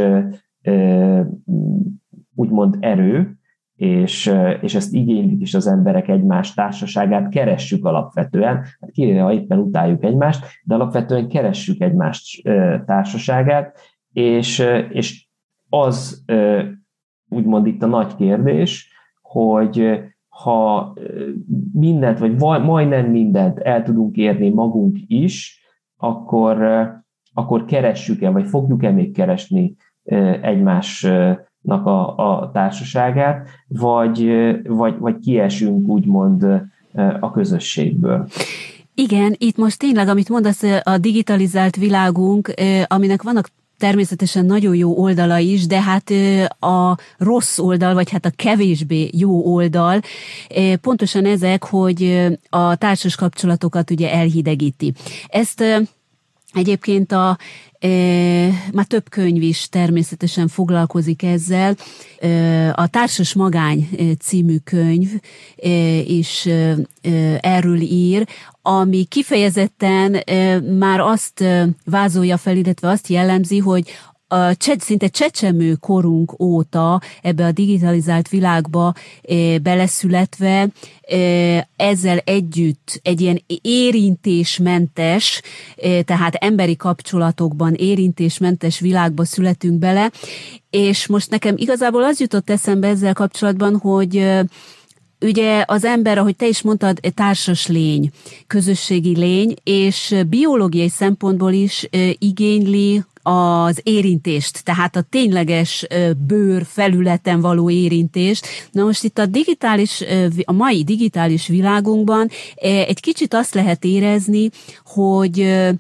úgymond erő, és ezt igénylik is az emberek, egymás társaságát keressük alapvetően, kivéve ha éppen utáljuk egymást, de alapvetően keressük egymás társaságát, és az úgymond itt a nagy kérdés, hogy ha mindent, vagy majdnem mindent el tudunk érni magunk is, akkor keressük-e, vagy fogjuk-e még keresni egymásnak a társaságát, vagy kiesünk úgymond a közösségből. Igen, itt most tényleg, amit mondasz, a digitalizált világunk, aminek vannak természetesen nagyon jó oldala is, de hát a rossz oldal, vagy hát a kevésbé jó oldal, pontosan ezek, hogy a társas kapcsolatokat ugye elhidegíti. Ezt egyébként már több könyv is természetesen foglalkozik ezzel. A Társas Magány című könyv is erről ír, ami kifejezetten már azt vázolja fel, illetve azt jellemzi, hogy szinte csecsemő korunk óta ebbe a digitalizált világba beleszületve ezzel együtt egy ilyen érintésmentes, tehát emberi kapcsolatokban érintésmentes világba születünk bele, és most nekem igazából az jutott eszembe ezzel kapcsolatban, hogy ugye az ember, ahogy te is mondtad, társas lény, közösségi lény, és biológiai szempontból is igényli az érintést, tehát a tényleges bőr felületen való érintést. Na most itt a mai digitális világunkban egy kicsit azt lehet érezni, hogy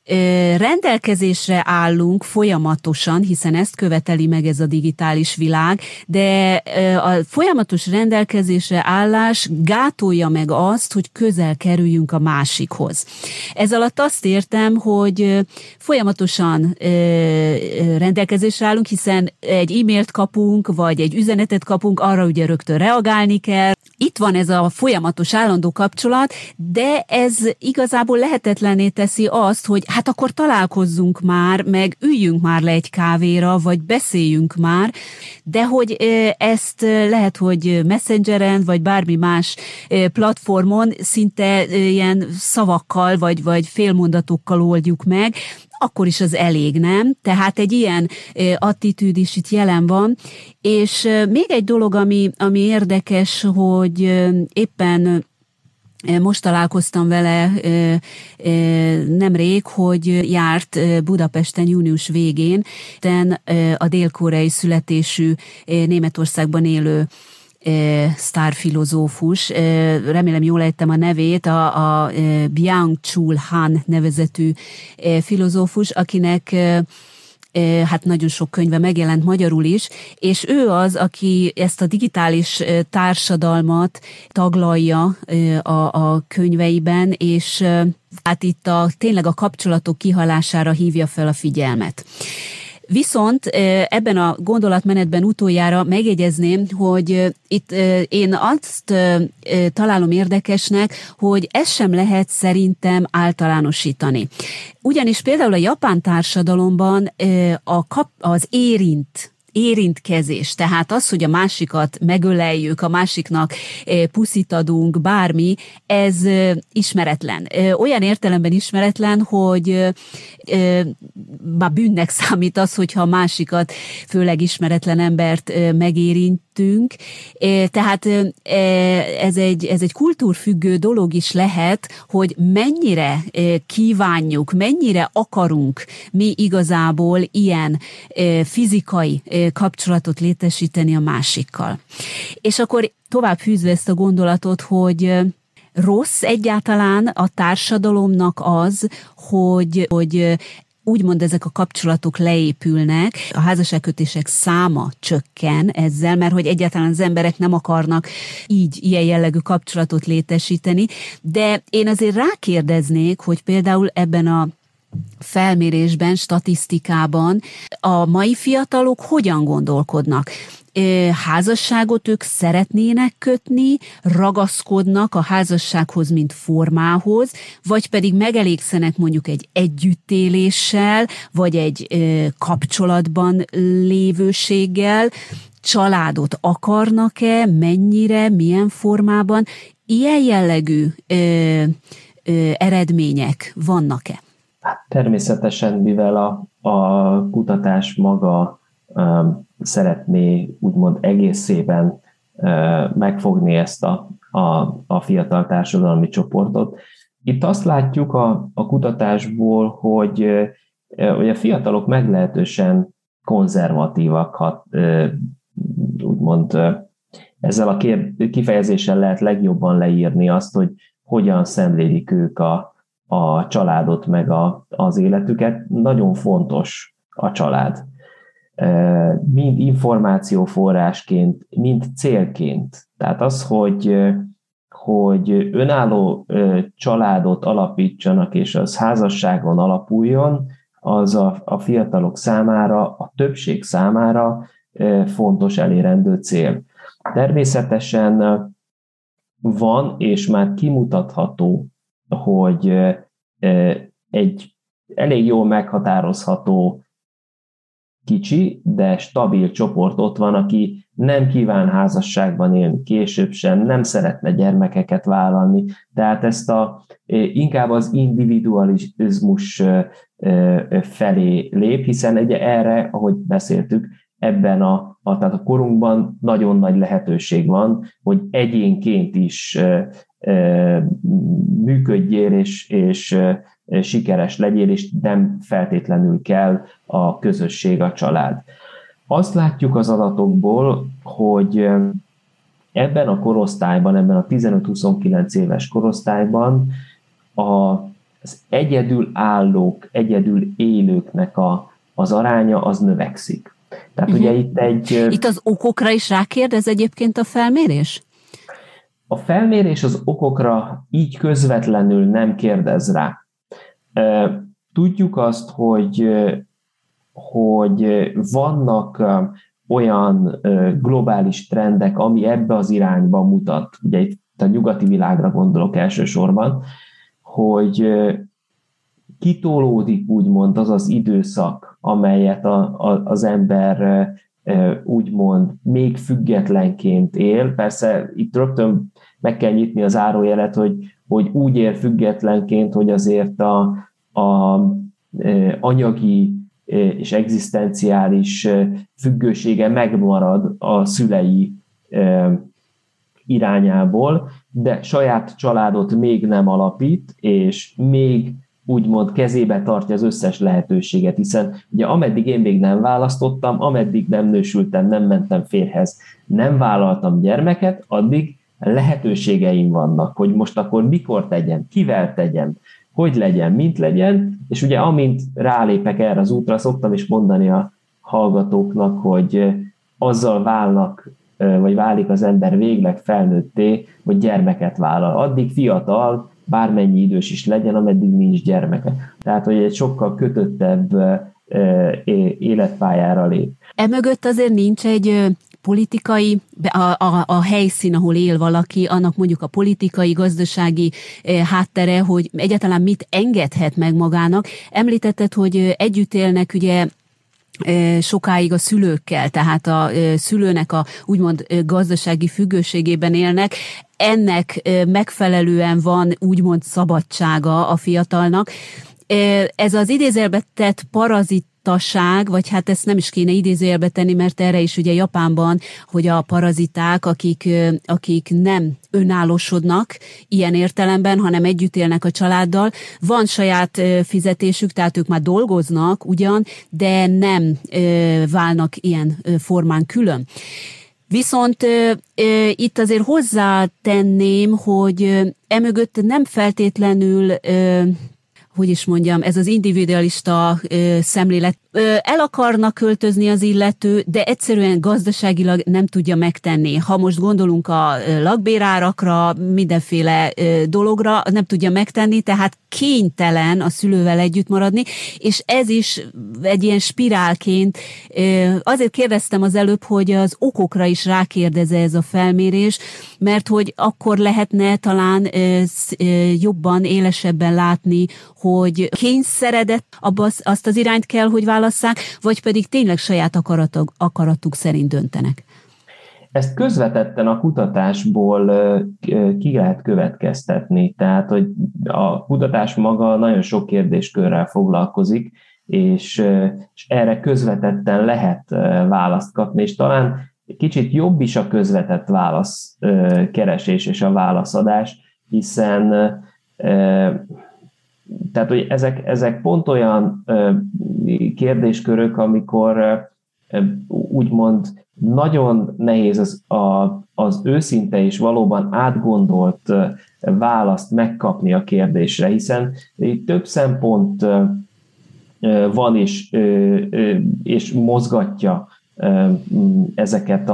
rendelkezésre állunk folyamatosan, hiszen ezt követeli meg ez a digitális világ, de a folyamatos rendelkezésre állás gátolja meg azt, hogy közel kerüljünk a másikhoz. Ez alatt azt értem, hogy folyamatosan rendelkezésre állunk, hiszen egy e-mailt kapunk, vagy egy üzenetet kapunk, arra ugye rögtön reagálni kell. Itt van ez a folyamatos állandó kapcsolat, de ez igazából lehetetlenné teszi azt, hogy hát akkor találkozzunk már, meg üljünk már le egy kávéra, vagy beszéljünk már, de hogy ezt lehet, hogy Messengeren, vagy bármi más platformon szinte ilyen szavakkal, vagy félmondatokkal oldjuk meg, akkor is az elég, nem? Tehát egy ilyen attitűd is itt jelen van. És még egy dolog, ami érdekes, hogy éppen most találkoztam vele nemrég, hogy járt Budapesten június végén, a dél-koreai születésű Németországban élő sztárfilozófus, remélem jól ejtem a nevét, a Byung-Chul Han nevezetű filozófus, akinek hát nagyon sok könyve megjelent magyarul is, és ő az, aki ezt a digitális társadalmat taglalja a könyveiben, és hát itt tényleg a kapcsolatok kihalására hívja fel a figyelmet. Viszont ebben a gondolatmenetben utoljára megjegyezném, hogy itt én azt találom érdekesnek, hogy ezt sem lehet szerintem általánosítani. Ugyanis például a japán társadalomban az érintkezés, tehát az, hogy a másikat megöleljük, a másiknak puszit adunk, bármi, ez ismeretlen. Olyan értelemben ismeretlen, hogy már bűnnek számít az, hogyha a másikat, főleg ismeretlen embert megérintünk. Tehát ez egy kultúrfüggő dolog is lehet, hogy mennyire kívánjuk, mennyire akarunk mi igazából ilyen fizikai kapcsolatot létesíteni a másikkal. És akkor tovább fűzve ezt a gondolatot, hogy rossz egyáltalán a társadalomnak az, hogy úgymond ezek a kapcsolatok leépülnek, a házasságkötések száma csökken ezzel, mert hogy egyáltalán az emberek nem akarnak ilyen jellegű kapcsolatot létesíteni, de én azért rákérdeznék, hogy például ebben a felmérésben, statisztikában a mai fiatalok hogyan gondolkodnak? Házasságot ők szeretnének kötni, ragaszkodnak a házassághoz, mint formához, vagy pedig megelégszenek mondjuk egy együttéléssel, vagy egy kapcsolatban lévőséggel, családot akarnak-e, mennyire, milyen formában, ilyen jellegű eredmények vannak-e? Természetesen, mivel a kutatás maga szeretné úgymond egészében megfogni ezt a fiatal társadalmi csoportot. Itt azt látjuk a kutatásból, hogy a fiatalok meglehetősen konzervatívak, úgymond ezzel a kifejezéssel lehet legjobban leírni azt, hogy hogyan szemlélik ők a családot, meg az életüket. Nagyon fontos a család. Mind információforrásként, mind célként. Tehát az, hogy önálló családot alapítsanak, és az házasságon alapuljon, az a fiatalok számára, a többség számára fontos, elérendő cél. Természetesen van, és már kimutatható, hogy egy elég jól meghatározható kicsi, de stabil csoport ott van, aki nem kíván házasságban élni később sem, nem szeretne gyermekeket vállalni, tehát ezt inkább az individualizmus felé lép, hiszen ugye erre, ahogy beszéltük, ebben tehát a korunkban nagyon nagy lehetőség van, hogy egyénként is működjél és sikeres legyél, és nem feltétlenül kell a közösség, a család. Azt látjuk az adatokból, hogy ebben a korosztályban, ebben a 15-29 éves korosztályban az egyedül állók, egyedül élőknek az aránya az növekszik. Tehát ugye Itt az okokra is rákérdez egyébként a felmérés? A felmérés az okokra így közvetlenül nem kérdez rá. Tudjuk azt, hogy vannak olyan globális trendek, ami ebbe az irányba mutat, ugye itt a nyugati világra gondolok elsősorban, hogy kitolódik úgymond az az időszak, amelyet az ember úgymond még függetlenként él. Persze itt rögtön meg kell nyitni az zárójelet, hogy úgy él függetlenként, hogy azért a anyagi és egzisztenciális függősége megmarad a szülei irányából, de saját családot még nem alapít, és még úgymond kezébe tartja az összes lehetőséget, hiszen ugye ameddig én még nem választottam, ameddig nem nősültem, nem mentem férjhez, nem vállaltam gyermeket, addig lehetőségeim vannak, hogy most akkor mikor tegyem, kivel tegyem, hogy legyen, mint legyen, és ugye amint rálépek erre az útra, szoktam is mondani a hallgatóknak, hogy azzal vagy válik az ember végleg felnőtté, hogy gyermeket vállal. Addig fiatal, bármennyi idős is legyen, ameddig nincs gyermeke. Tehát, hogy egy sokkal kötöttebb életpályára lép. Emögött azért nincs egy politikai, a helyszín, ahol él valaki, annak mondjuk a politikai, gazdasági háttere, hogy egyáltalán mit engedhet meg magának. Említetted, hogy együtt élnek ugye sokáig a szülőkkel, tehát a szülőnek a úgymond gazdasági függőségében élnek. Ennek megfelelően van úgymond szabadsága a fiatalnak. Ez az idézőjelbe tett parazitaság, vagy hát ezt nem is kéne idézőjelbe tenni, mert erre is ugye Japánban, hogy a paraziták, akik nem önállósodnak ilyen értelemben, hanem együtt élnek a családdal, van saját fizetésük, tehát ők már dolgoznak ugyan, de nem válnak ilyen formán külön. Viszont itt azért hozzátenném, hogy emögött nem feltétlenül hogy is mondjam, ez az individualista szemlélet. El akarna költözni az illető, de egyszerűen gazdaságilag nem tudja megtenni. Ha most gondolunk a lakbérárakra, mindenféle dologra, nem tudja megtenni, tehát kénytelen a szülővel együtt maradni, és ez is egy ilyen spirálként. Azért kérdeztem az előbb, hogy az okokra is rákérdez ez a felmérés, mert hogy akkor lehetne talán jobban, élesebben látni, hogy kényszeredett azt az irányt kell, hogy válasszák, vagy pedig tényleg saját akaratuk szerint döntenek. Ezt közvetetten a kutatásból ki lehet következtetni, tehát hogy a kutatás maga nagyon sok kérdéskörrel foglalkozik, és erre közvetetten lehet választ kapni, és talán kicsit jobb is a közvetett válaszkeresés és a válaszadás, hiszen tehát, hogy ezek pont olyan kérdéskörök, amikor úgymond nagyon nehéz az őszinte és valóban átgondolt választ megkapni a kérdésre, hiszen itt több szempont van és mozgatja ezeket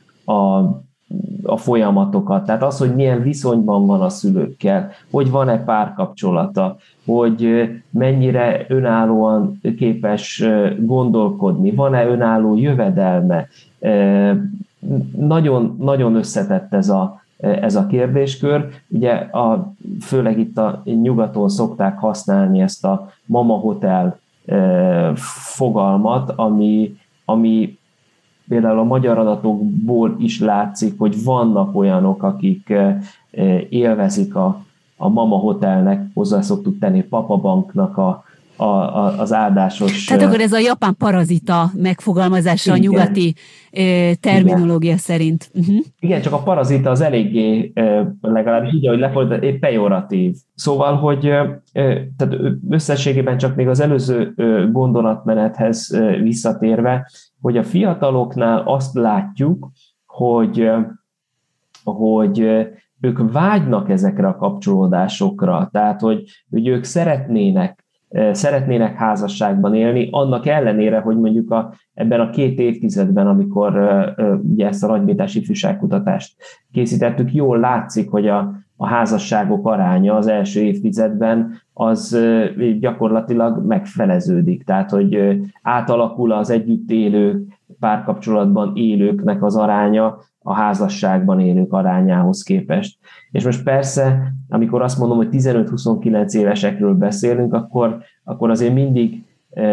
a folyamatokat. Tehát az, hogy milyen viszonyban van a szülőkkel, hogy van-e párkapcsolata, hogy mennyire önállóan képes gondolkodni, van-e önálló jövedelme. Nagyon, nagyon összetett ez a kérdéskör. Ugye főleg itt a nyugaton szokták használni ezt a mama hotel fogalmat, ami például a magyar adatokból is látszik, hogy vannak olyanok, akik élvezik a Mama Hotelnek, hozzá szoktuk tenni Papabanknak az áldásos... Tehát akkor ez a japán parazita megfogalmazása, igen, a nyugati terminológia, igen, szerint. Uh-huh. Igen, csak a parazita az eléggé, legalábbis így, ahogy lefordított, pejoratív. Szóval, hogy tehát összességében csak még az előző gondolatmenethez visszatérve, hogy a fiataloknál azt látjuk, hogy ők vágynak ezekre a kapcsolódásokra, tehát hogy ők szeretnének házasságban élni, annak ellenére, hogy mondjuk ebben a 2 évtizedben, amikor ugye ezt a nagymétás ifjúságkutatást készítettük, jól látszik, hogy a házasságok aránya az első évtizedben az gyakorlatilag megfeleződik. Tehát, hogy átalakul az együtt élő, párkapcsolatban élőknek az aránya a házasságban élők arányához képest. És most persze, amikor azt mondom, hogy 15-29 évesekről beszélünk, akkor azért mindig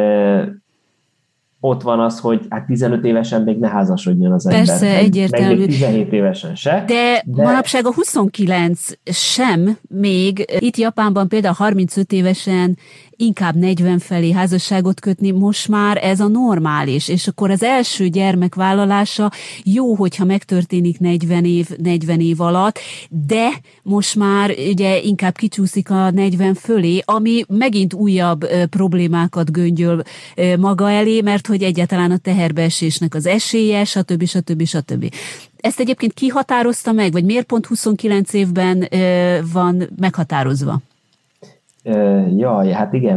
ott van az, hogy hát 15 évesen még ne házasodjon az ember. Persze, egyértelmű. Meg 17 évesen se. De manapság a 29 sem még. Itt Japánban például 35 évesen inkább 40 felé házasságot kötni, most már ez a normális, és akkor az első gyermek vállalása jó, hogyha megtörténik 40 év alatt, de most már ugye inkább kicsúszik a 40 fölé, ami megint újabb problémákat göngyöl maga elé, mert hogy egyáltalán a teherbeesésnek az esélye, stb. Ezt egyébként ki határozta meg, vagy miért pont 29 évben van meghatározva? Jaj, hát igen,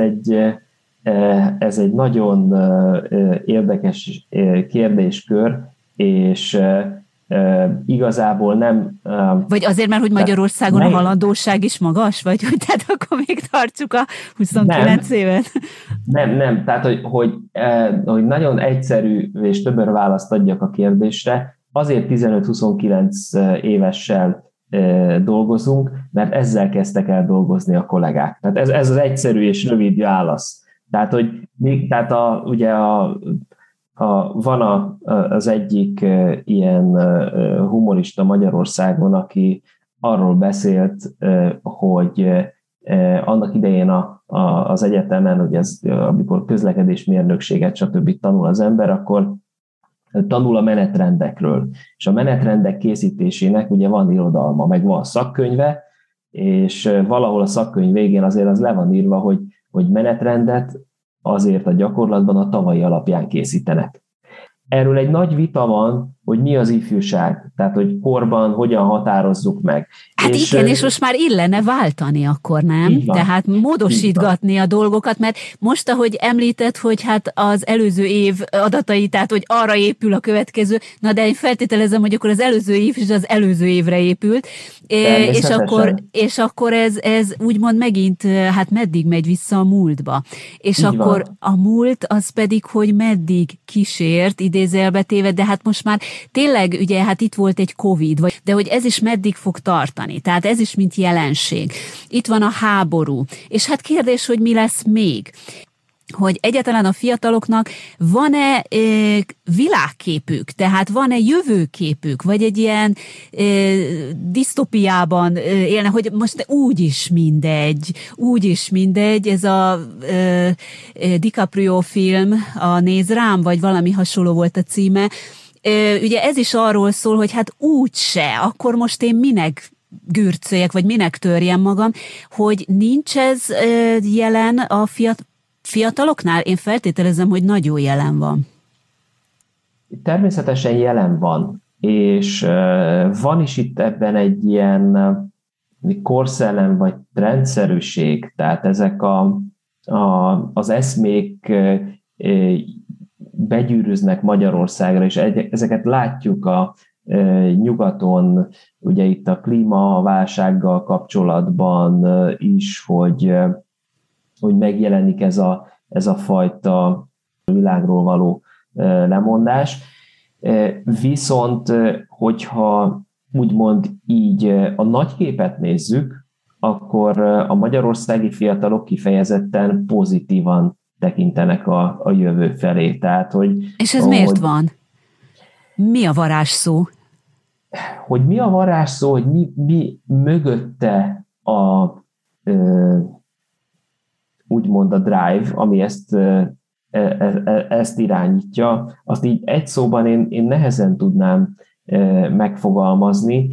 ez egy nagyon érdekes kérdéskör, és igazából nem... Vagy azért, mert hogy Magyarországon a halandóság is magas, vagy hogy tehát akkor még tartsuk a 29 évet? Nem, tehát hogy nagyon egyszerű és többen választ adjak a kérdésre, azért 15-29 évessel dolgozunk, mert ezzel kezdtek el dolgozni a kollégák. Tehát ez az egyszerű és rövid válasz. Tehát, ugye van az egyik ilyen humorista Magyarországon, aki arról beszélt, hogy annak idején az egyetemen, hogy amikor közlekedésmérnökséget stb. Tanul az ember, akkor tanul a menetrendekről. És a menetrendek készítésének ugye van irodalma, meg van szakkönyve, és valahol a szakkönyv végén azért az le van írva, hogy menetrendet azért a gyakorlatban a tavai alapján készítenek. Erről egy nagy vita van, hogy mi az ifjúság, tehát hogy korban hogyan határozzuk meg. Hát igen, és most már illene váltani akkor, nem? Tehát módosítgatni a dolgokat, mert most, ahogy említed, hogy hát az előző év adatai, tehát hogy arra épül a na de én feltételezem, hogy akkor az előző év is az előző évre épült, és akkor ez úgymond megint, hát meddig megy vissza a múltba. És így akkor van. A múlt az pedig, hogy meddig kísért, idézőjelbe téve, de hát most már tényleg, ugye, hát itt volt egy Covid, de hogy ez is meddig fog tartani. Tehát ez is mint jelenség. Itt van a háború. És hát kérdés, hogy mi lesz még? Hogy egyáltalán a fiataloknak van-e világképük, tehát van-e jövőképük, vagy egy ilyen disztopiában élne, hogy most úgyis mindegy, ez a DiCaprio film, a Nézd rám, vagy valami hasonló volt a címe. Ugye ez is arról szól, hogy hát úgyse, akkor most én minek gürcöljek, vagy minek törjem magam, hogy nincs ez jelen a fiataloknál? Én feltételezem, hogy nagyon jelen van. Természetesen jelen van, és van is itt ebben egy ilyen korszellem vagy trendszerűség, tehát ezek az eszmék begyűrűznek Magyarországra, és ezeket látjuk a nyugaton, ugye itt a klímaválsággal kapcsolatban is, hogy megjelenik ez a fajta világról való lemondás. Viszont, hogyha úgymond így a nagy képet nézzük, akkor a magyarországi fiatalok kifejezetten pozitívan tekintenek a jövő felé. Tehát, és ez miért van? Mi a varázsszó? Hogy mi a varázsszó, hogy mi mögötte úgymond a drive, ami ezt irányítja, azt így egy szóban én nehezen tudnám megfogalmazni.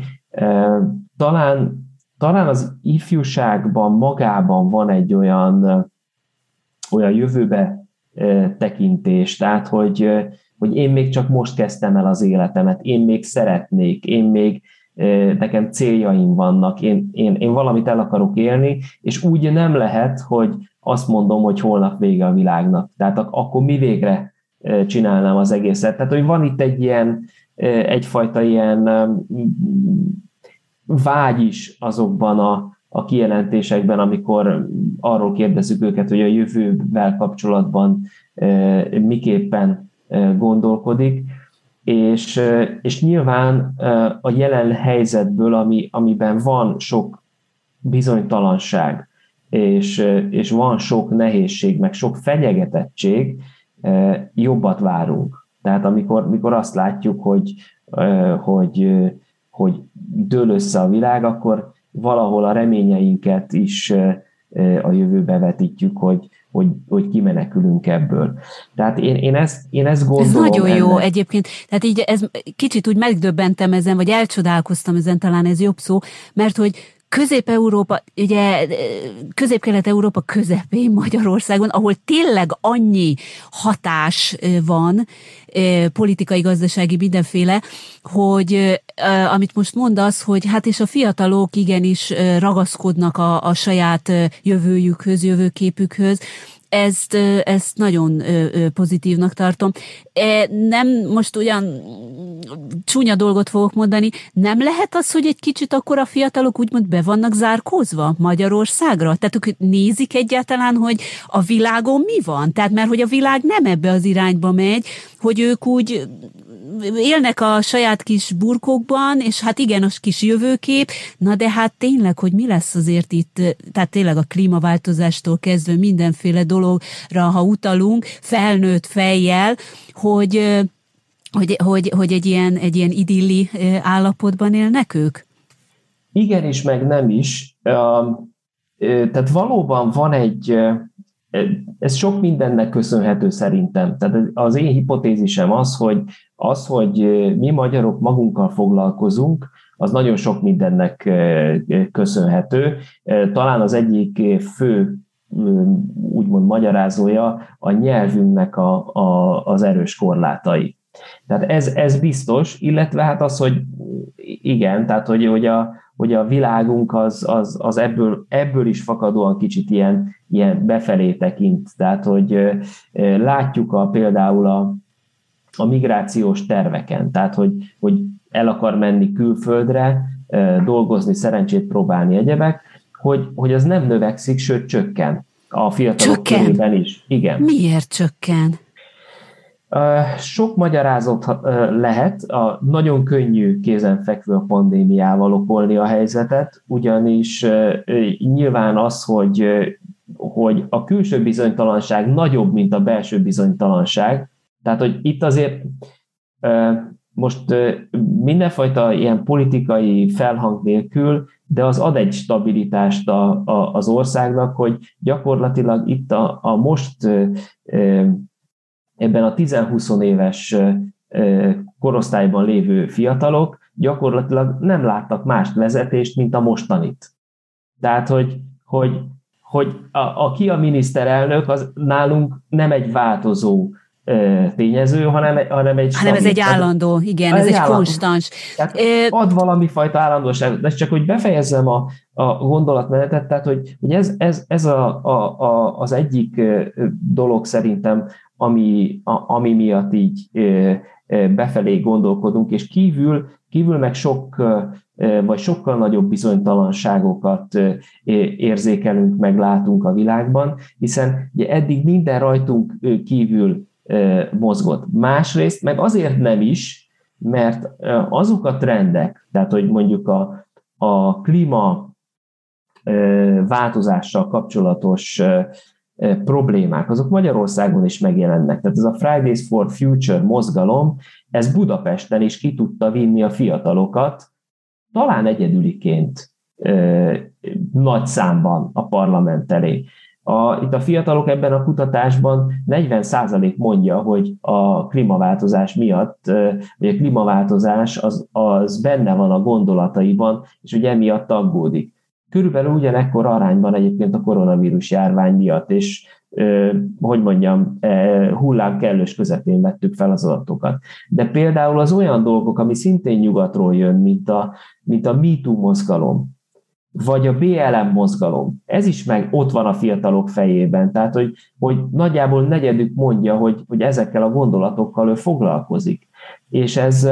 Talán az ifjúságban magában van egy olyan jövőbe tekintés, tehát hogy én még csak most kezdtem el az életemet, én még szeretnék, én még nekem céljaim vannak, én valamit el akarok élni, és úgy nem lehet, hogy azt mondom, hogy holnap vége a világnak. Tehát akkor mi végre csinálnám az egészet. Tehát, hogy van itt egyfajta ilyen vágy is azokban a kijelentésekben, amikor arról kérdezzük őket, hogy a jövővel kapcsolatban miképpen gondolkodik, és nyilván a jelen helyzetből, amiben van sok bizonytalanság, és van sok nehézség, meg sok fenyegetettség, jobbat várunk. Tehát amikor azt látjuk, hogy dől össze a világ, akkor valahol a reményeinket is a jövőbe vetítjük, hogy kimenekülünk ebből. Tehát én ezt gondolom. Ez nagyon jó ennek. egyébként. Tehát így kicsit úgy megdöbbentem ezen, vagy elcsodálkoztam ezen, talán ez jobb szó, mert hogy Közép-Európa, ugye Közép-Kelet-Európa közepén Magyarországon, ahol tényleg annyi hatás van, politikai, gazdasági, mindenféle, hogy amit most mondasz, hogy hát és a fiatalok igenis ragaszkodnak a saját jövőjükhöz, jövőképükhöz, ezt nagyon pozitívnak tartom. Nem, most ugyan csúnya dolgot fogok mondani, nem lehet az, hogy egy kicsit akkor a fiatalok úgymond be vannak zárkózva Magyarországra? Tehát ők nézik egyáltalán, hogy a világon mi van? Tehát mert hogy a világ nem ebbe az irányba megy, hogy ők úgy élnek a saját kis burkokban, és hát igen, a kis jövőkép, na de hát tényleg, hogy mi lesz azért itt, tehát tényleg a klímaváltozástól kezdve mindenféle dologra, ha utalunk, felnőtt fejjel, hogy egy ilyen idilli állapotban élnek ők? Igen is, meg nem is. Tehát valóban van ez sok mindennek köszönhető szerintem. Tehát az én hipotézisem az, hogy mi magyarok magunkkal foglalkozunk, az nagyon sok mindennek köszönhető. Talán az egyik fő úgymond magyarázója a nyelvünknek az erős korlátai. Tehát ez biztos, illetve hát az, hogy igen, tehát hogy a világunk az ebből is fakadóan kicsit ilyen befelé tekint. Tehát, hogy látjuk például a migrációs terveken, tehát, hogy el akar menni külföldre, dolgozni, szerencsét próbálni egyebek, hogy az nem növekszik, sőt csökken a fiatalok körében is. Igen. Miért csökken? Sok magyarázat lehet, nagyon könnyű kézenfekvő a pandémiával okolni a helyzetet, ugyanis nyilván az, hogy a külső bizonytalanság nagyobb, mint a belső bizonytalanság, tehát hogy itt azért most mindenfajta ilyen politikai felhang nélkül, de az ad egy stabilitást az országnak, hogy gyakorlatilag itt a most ebben a 10-20 éves korosztályban lévő fiatalok gyakorlatilag nem láttak más vezetést, mint a mostanit. Tehát, hogy aki a miniszterelnök, az nálunk nem egy változó tényező, hanem egy stabil. Hanem ez egy állandó, igen, ez egy konstans. Ad valami fajta állandóság, de csak hogy befejezzem a gondolatmenetet, tehát hogy ez az egyik dolog szerintem, ami miatt így befelé gondolkodunk, és kívül meg vagy sokkal nagyobb bizonytalanságokat érzékelünk, meg látunk a világban, hiszen ugye eddig minden rajtunk kívül mozgott. Másrészt meg azért nem is, mert azok a trendek, tehát hogy mondjuk a klíma változással kapcsolatos problémák, azok Magyarországon is megjelennek. Tehát ez a Fridays for Future mozgalom, ez Budapesten is ki tudta vinni a fiatalokat, talán egyedüliként nagy számban a parlament elé. Itt a fiatalok ebben a kutatásban 40% mondja, hogy a klímaváltozás miatt, vagy a klímaváltozás az benne van a gondolataiban, és hogy emiatt aggódik. Körülbelül ugyanekkor arányban egyébként a koronavírus járvány miatt, és hogy mondjam, hullám kellős közepén vettük fel az adatokat. De például az olyan dolgok, ami szintén nyugatról jön, mint a MeToo mozgalom, vagy a BLM mozgalom, ez is meg ott van a fiatalok fejében, tehát hogy nagyjából negyedük mondja, hogy ezekkel a gondolatokkal ő foglalkozik. És ez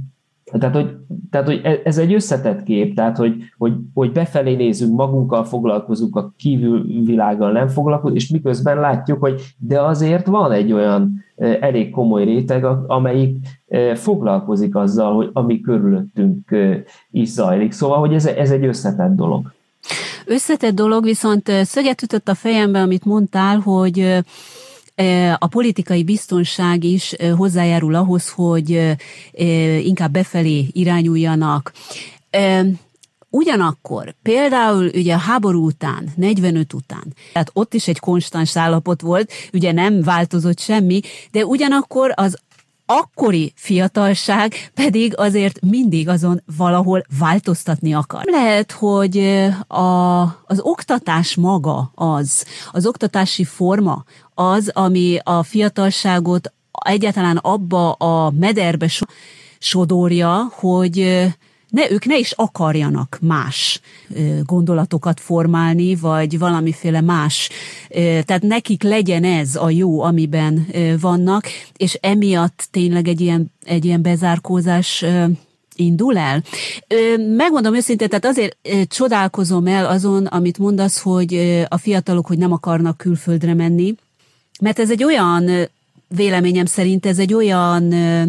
ez egy összetett kép, tehát hogy befelé nézünk, magunkkal foglalkozunk, a kívülvilággal nem foglalkozunk, és miközben látjuk, hogy de azért van egy olyan elég komoly réteg, amelyik foglalkozik azzal, hogy ami körülöttünk is zajlik. Szóval, hogy ez egy összetett dolog. Összetett dolog, viszont szöget ütött a fejembe, amit mondtál, hogy a politikai biztonság is hozzájárul ahhoz, hogy inkább befelé irányuljanak. Ugyanakkor, például ugye a háború után, 45 után, tehát ott is egy konstans állapot volt, ugye nem változott semmi, de ugyanakkor az akkori fiatalság pedig azért mindig azon valahol változtatni akar. Lehet, hogy az oktatás maga az oktatási forma az, ami a fiatalságot egyáltalán abba a mederbe sodorja, hogy ők ne is akarjanak más gondolatokat formálni, vagy valamiféle más, tehát nekik legyen ez a jó, amiben vannak, és emiatt tényleg egy ilyen bezárkózás indul el. Megmondom őszintén, tehát azért csodálkozom el azon, amit mondasz, hogy a fiatalok, hogy nem akarnak külföldre menni, mert ez egy olyan, véleményem szerint ez egy olyan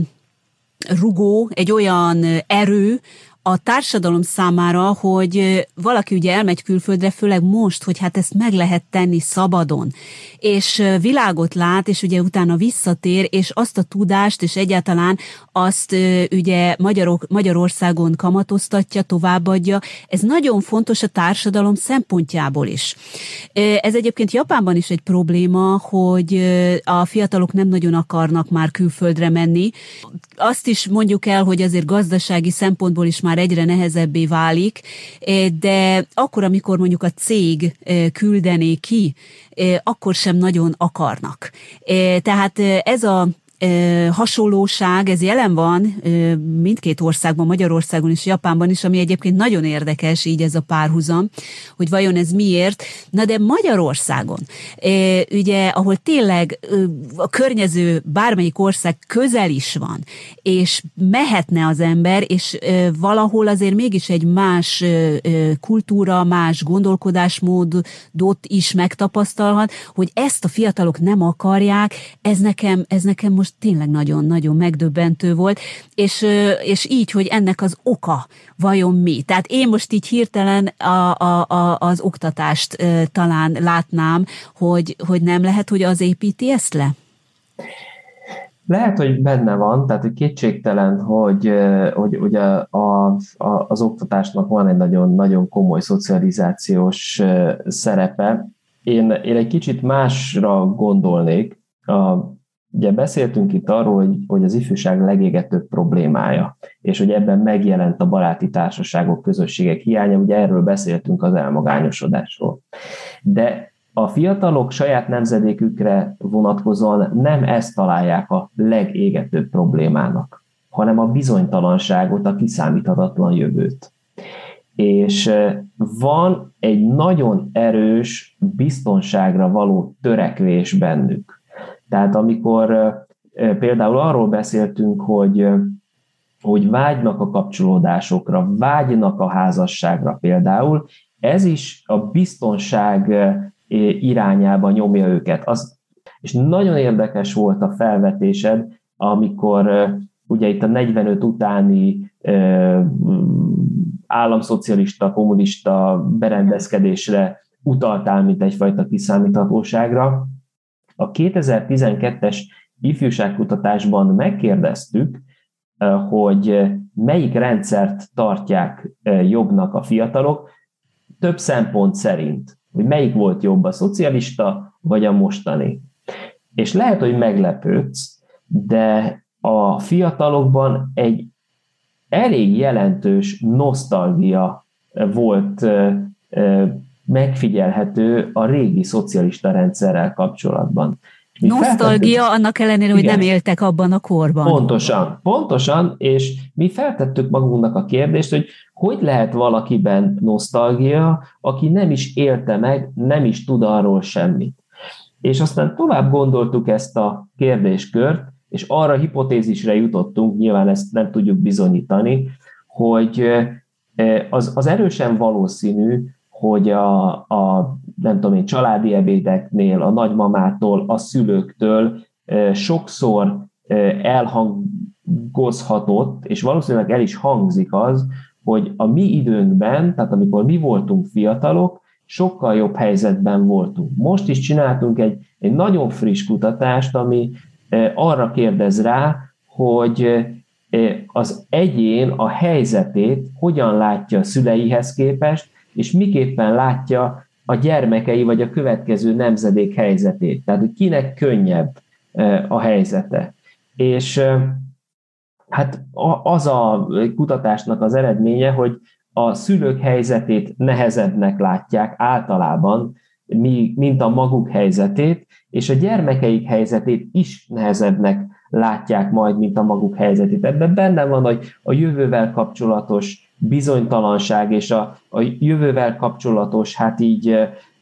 rugó, egy olyan erő a társadalom számára, hogy valaki ugye elmegy külföldre, főleg most, hogy hát ezt meg lehet tenni szabadon, és világot lát, és ugye utána visszatér, és azt a tudást, és egyáltalán azt ugye Magyarországon kamatoztatja, továbbadja. Ez nagyon fontos a társadalom szempontjából is. Ez egyébként Japánban is egy probléma, hogy a fiatalok nem nagyon akarnak már külföldre menni. Azt is mondjuk el, hogy azért gazdasági szempontból is már egyre nehezebbé válik, de akkor, amikor mondjuk a cég küldené ki, akkor sem nagyon akarnak. Tehát ez a hasonlóság, ez jelen van mindkét országban, Magyarországon és Japánban is, ami egyébként nagyon érdekes, így ez a párhuzam, hogy vajon ez miért. Na de Magyarországon, ugye, ahol tényleg a környező bármelyik ország közel is van, és mehetne az ember, és valahol azért mégis egy más kultúra, más gondolkodásmódot is megtapasztalhat, hogy ezt a fiatalok nem akarják, ez nekem most tényleg nagyon-nagyon megdöbbentő volt, és így, hogy ennek az oka vajon mi. Tehát én most így hirtelen az oktatást talán látnám, hogy nem lehet, hogy az építi ezt le? Lehet, hogy benne van, tehát kétségtelen, hogy az oktatásnak van egy nagyon-nagyon komoly szocializációs szerepe. Én egy kicsit másra gondolnék. Ugye beszéltünk itt arról, hogy az ifjúság legégetőbb problémája, és hogy ebben megjelent a baráti társaságok, közösségek hiánya, ugye erről beszéltünk az elmagányosodásról. De a fiatalok saját nemzedékükre vonatkozóan nem ezt találják a legégetőbb problémának, hanem a bizonytalanságot, a kiszámíthatatlan jövőt. És van egy nagyon erős biztonságra való törekvés bennük. Tehát amikor például arról beszéltünk, hogy vágynak a kapcsolódásokra, vágynak a házasságra például, ez is a biztonság irányába nyomja őket. És nagyon érdekes volt a felvetésed, amikor ugye itt a 45 utáni államszocialista, kommunista berendezkedésre utaltál, mint egyfajta kiszámíthatóságra. A 2012-es ifjúságkutatásban megkérdeztük, hogy melyik rendszert tartják jobbnak a fiatalok, több szempont szerint, hogy melyik volt jobb, a szocialista vagy a mostani. És lehet, hogy meglepődsz, de a fiatalokban egy elég jelentős nosztalgia volt megfigyelhető a régi szocialista rendszerrel kapcsolatban. Nosztalgia annak ellenére, hogy nem éltek abban a korban. Pontosan, és mi feltettük magunknak a kérdést, hogy lehet valakiben nosztalgia, aki nem is élte meg, nem is tud arról semmit. És aztán tovább gondoltuk ezt a kérdéskört, és arra a hipotézisre jutottunk, nyilván ezt nem tudjuk bizonyítani, hogy az erősen valószínű, hogy a nem tudom én, családi ebédeknél, a nagymamától, a szülőktől sokszor elhangozhatott, és valószínűleg el is hangzik az, hogy a mi időnkben, tehát amikor mi voltunk fiatalok, sokkal jobb helyzetben voltunk. Most is csináltunk egy nagyon friss kutatást, ami arra kérdez rá, hogy az egyén a helyzetét hogyan látja a szüleihez képest, és miképpen látja a gyermekei vagy a következő nemzedék helyzetét. Tehát, hogy kinek könnyebb a helyzete. És hát az a kutatásnak az eredménye, hogy a szülők helyzetét nehezebbnek látják általában, mint a maguk helyzetét, és a gyermekeik helyzetét is nehezebbnek látják majd, mint a maguk helyzetét. Ebben benne van, hogy a jövővel kapcsolatos bizonytalanság, és a jövővel kapcsolatos, hát így,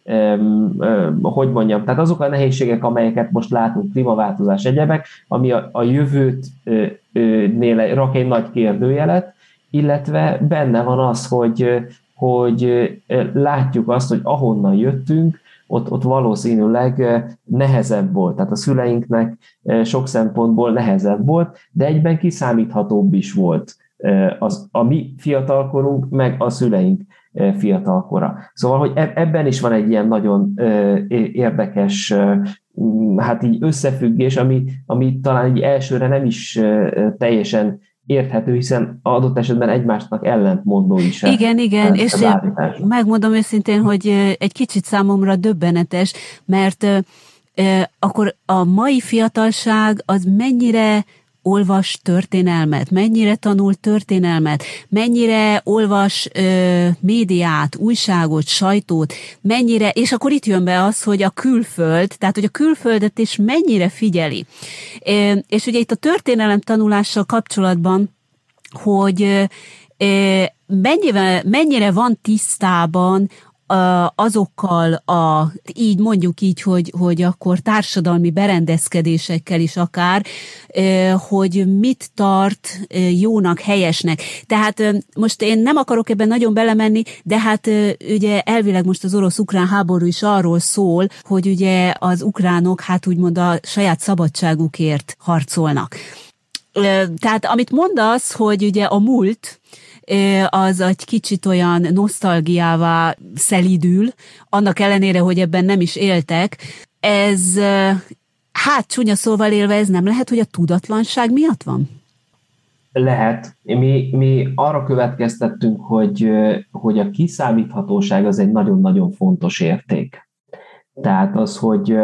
hogy mondjam, tehát azok a nehézségek, amelyeket most látunk, klímaváltozás, egyebek, ami a jövőtnél rak egy nagy kérdőjelet, illetve benne van az, hogy látjuk azt, hogy ahonnan jöttünk, ott valószínűleg nehezebb volt. Tehát a szüleinknek sok szempontból nehezebb volt, de egyben kiszámíthatóbb is volt a mi fiatalkorunk, meg a szüleink fiatalkora. Szóval, hogy ebben is van egy ilyen nagyon érdekes, hát így összefüggés, ami talán így elsőre nem is teljesen érthető, hiszen adott esetben egymásnak ellentmondó is. Igen, és megmondom őszintén, hogy egy kicsit számomra döbbenetes, mert akkor a mai fiatalság az mennyire olvas történelmet, mennyire tanul történelmet, mennyire olvas médiát, újságot, sajtót, mennyire, és akkor itt jön be az, hogy a külföld, tehát hogy a külföldet is mennyire figyeli. És ugye itt a történelem tanulással kapcsolatban, hogy mennyire van tisztában azokkal így mondjuk így, hogy akkor társadalmi berendezkedésekkel is akár, hogy mit tart jónak, helyesnek. Tehát most én nem akarok ebben nagyon belemenni, de hát ugye elvileg most az orosz-ukrán háború is arról szól, hogy ugye az ukránok hát úgymond a saját szabadságukért harcolnak. Tehát amit mondasz, hogy ugye a múlt, az egy kicsit olyan nosztalgiává szelídül, annak ellenére, hogy ebben nem is éltek. Ez, hát csúnya szóval élve, ez nem lehet, hogy a tudatlanság miatt van? Lehet. Mi arra következtettünk, hogy a kiszámíthatóság az egy nagyon-nagyon fontos érték. Tehát az,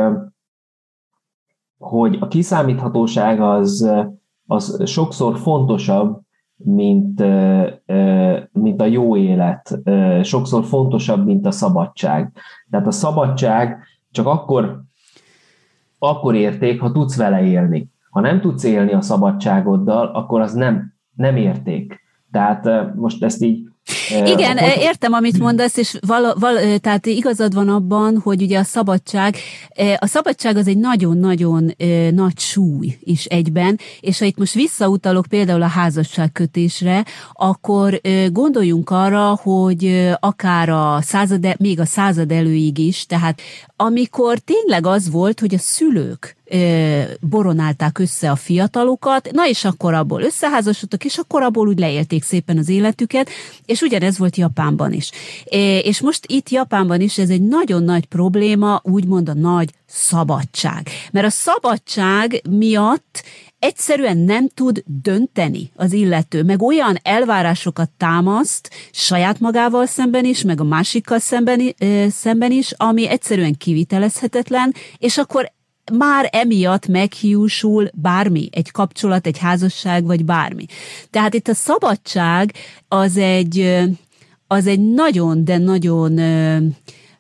hogy a kiszámíthatóság az sokszor fontosabb, mint a jó élet, sokszor fontosabb, mint a szabadság. Tehát a szabadság csak akkor érték, ha tudsz vele élni. Ha nem tudsz élni a szabadságoddal, akkor az nem érték. Tehát most ezt így... Igen, értem, amit mondasz, és tehát igazad van abban, hogy ugye a szabadság az egy nagyon-nagyon nagy súly is egyben, és ha itt most visszautalok például a házasságkötésre, akkor gondoljunk arra, hogy akár még a század előig is, tehát amikor tényleg az volt, hogy a szülők boronálták össze a fiatalokat, na és akkor abból összeházasodtak, és akkor abból úgy leélték szépen az életüket, és ugyanez volt Japánban is. És most itt Japánban is ez egy nagyon nagy probléma, úgymond a nagy szabadság. Mert a szabadság miatt egyszerűen nem tud dönteni az illető, meg olyan elvárásokat támaszt saját magával szemben is, meg a másikkal szemben is, ami egyszerűen kivitelezhetetlen, és akkor már emiatt meghiúsul bármi, egy kapcsolat, egy házasság, vagy bármi. Tehát itt a szabadság az egy nagyon, de nagyon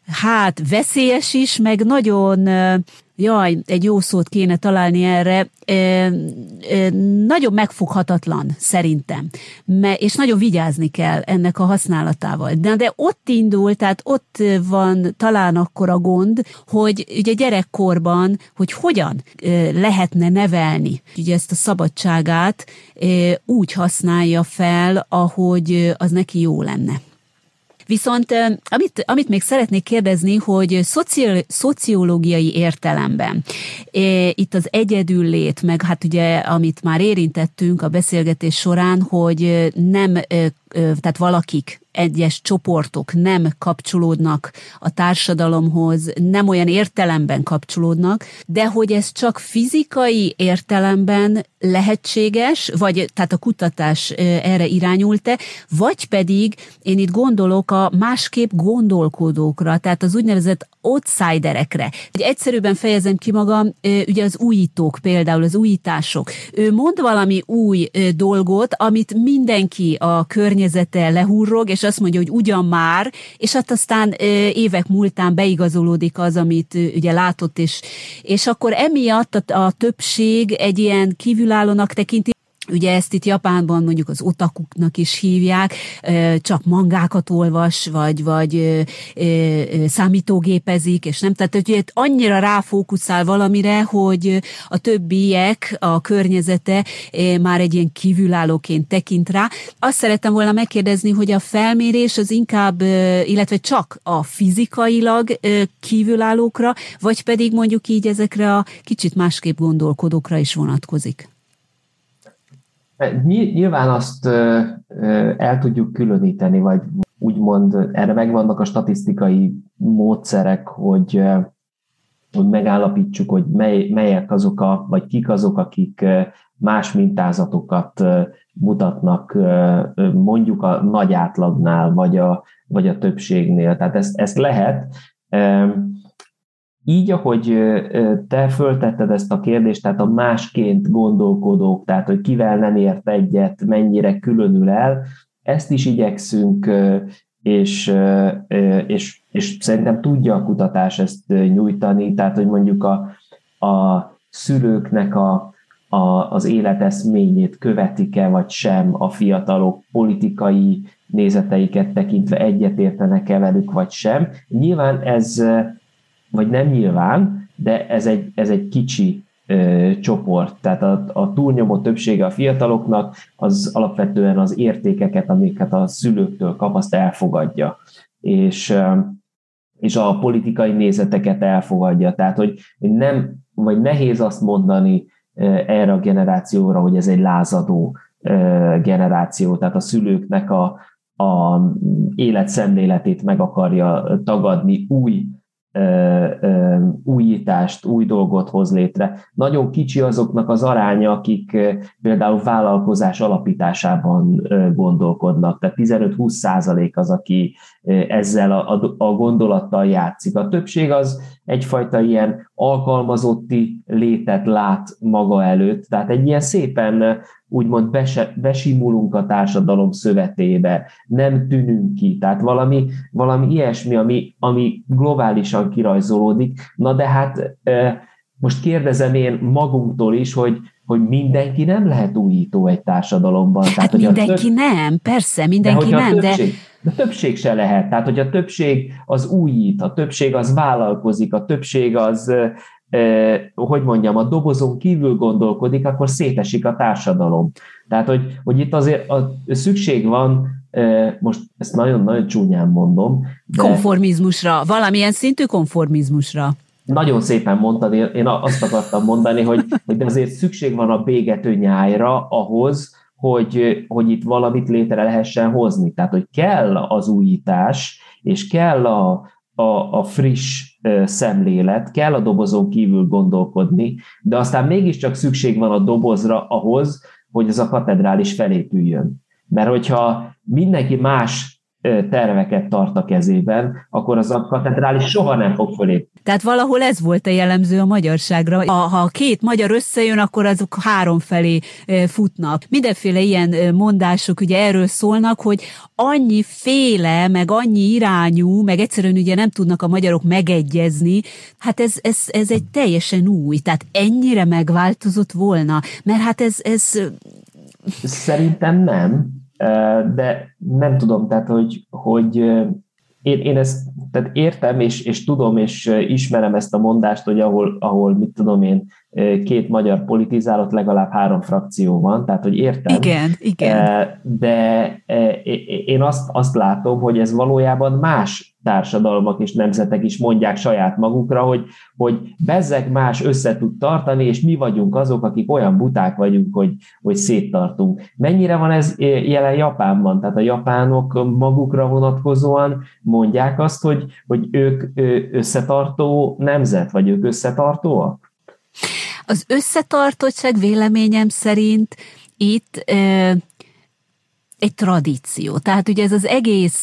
veszélyes is, meg nagyon, egy jó szót kéne találni erre, nagyon megfoghatatlan szerintem, és nagyon vigyázni kell ennek a használatával. De ott indul, tehát ott van talán akkor a gond, hogy ugye gyerekkorban, hogy hogyan lehetne nevelni ugye ezt a szabadságát, úgy használja fel, ahogy az neki jó lenne. Viszont amit még szeretnék kérdezni, hogy szociológiai értelemben itt az egyedüllét, meg hát ugye, amit már érintettünk a beszélgetés során, hogy nem, tehát valakik, egyes csoportok nem kapcsolódnak a társadalomhoz, nem olyan értelemben kapcsolódnak, de hogy ez csak fizikai értelemben lehetséges, vagy tehát a kutatás erre irányult-e, vagy pedig én itt gondolok a másképp gondolkodókra, tehát az úgynevezett outsiderekre. Egyszerűbben fejezem ki magam, ugye az újítók például, az újítások. Ő mond valami új dolgot, amit mindenki a környezete lehúrrog, és azt mondja, hogy ugyan már, és hát aztán évek múltán beigazolódik az, amit ugye látott, és akkor emiatt a többség egy ilyen kívülállónak tekinti. Ugye ezt itt Japánban mondjuk az otakuknak is hívják, csak mangákat olvas, vagy számítógépezik, és nem. Tehát hogy annyira ráfókuszál valamire, hogy a többiek, a környezete már egy ilyen kívülállóként tekint rá. Azt szerettem volna megkérdezni, hogy a felmérés az inkább, illetve csak a fizikailag kívülállókra, vagy pedig mondjuk így ezekre a kicsit másképp gondolkodókra is vonatkozik. Nyilván azt el tudjuk különíteni, vagy úgymond erre megvannak a statisztikai módszerek, hogy megállapítsuk, hogy melyek azok, vagy kik azok, akik más mintázatokat mutatnak mondjuk a nagy átlagnál, vagy a többségnél. Tehát ezt lehet. Így, ahogy te föltetted ezt a kérdést, tehát a másként gondolkodók, tehát hogy kivel nem ért egyet, mennyire különül el, ezt is igyekszünk, és szerintem tudja a kutatás ezt nyújtani, tehát hogy mondjuk a szülőknek az életeszményét követik-e vagy sem, a fiatalok politikai nézeteiket tekintve egyetértenek-e velük vagy sem. Nyilván ez, vagy nem nyilván, de ez egy kicsi csoport. Tehát a túlnyomó többsége a fiataloknak az alapvetően az értékeket, amiket a szülőktől kap, azt elfogadja. És a politikai nézeteket elfogadja. Tehát, hogy nem, vagy nehéz azt mondani erre a generációra, hogy ez egy lázadó generáció. Tehát a szülőknek a életszemléletét meg akarja tagadni, újítást, új dolgot hoz létre. Nagyon kicsi azoknak az aránya, akik például vállalkozás alapításában gondolkodnak, tehát 15-20% az, aki ezzel a gondolattal játszik. A többség az egyfajta ilyen alkalmazotti létet lát maga előtt, tehát egy ilyen szépen úgymond besimulunk a társadalom szövetébe, nem tűnünk ki, tehát valami ilyesmi, ami globálisan kirajzolódik. Na de hát most kérdezem én magunktól is, hogy mindenki nem lehet újító egy társadalomban. Tehát, hogy mindenki nem, persze, mindenki nem, de... De többség se lehet. Tehát, hogy a többség az újít, a többség az vállalkozik, a többség az, hogy mondjam, a dobozon kívül gondolkodik, akkor szétesik a társadalom. Tehát, hogy itt azért szükség van, most ezt nagyon-nagyon csúnyán mondom. Konformizmusra, valamilyen szintű konformizmusra. Nagyon szépen mondtad, én azt akartam mondani, hogy de azért szükség van a bégető nyájra ahhoz, hogy itt valamit létre lehessen hozni. Tehát, hogy kell az újítás, és kell a friss szemlélet, kell a dobozon kívül gondolkodni, de aztán mégiscsak szükség van a dobozra ahhoz, hogy ez a katedrális felépüljön. Mert hogyha mindenki más terveket tart a kezében, akkor az a katedrális soha nem fog fölépni. Tehát valahol ez volt a jellemző a magyarságra. Ha két magyar összejön, akkor azok három felé futnak. Mindenféle ilyen mondások ugye erről szólnak, hogy annyi féle, meg annyi irányú, meg egyszerűen ugye nem tudnak a magyarok megegyezni. Hát ez egy teljesen új. Tehát ennyire megváltozott volna. Mert hát ez... Szerintem nem. De nem tudom, tehát, hogy én ezt tehát értem, és tudom, és ismerem ezt a mondást, hogy ahol mit tudom én, két magyar politizálott, legalább 3 frakció van, tehát, hogy értem. Igen. De én azt látom, hogy ez valójában más társadalmak és nemzetek is mondják saját magukra, hogy bezzeg más össze tud tartani, és mi vagyunk azok, akik olyan buták vagyunk, hogy széttartunk. Mennyire van ez jelen Japánban? Tehát a japánok magukra vonatkozóan mondják azt, hogy ők összetartó nemzet, vagy ők összetartóak? Az összetartottság véleményem szerint itt egy tradíció. Tehát ugye ez az egész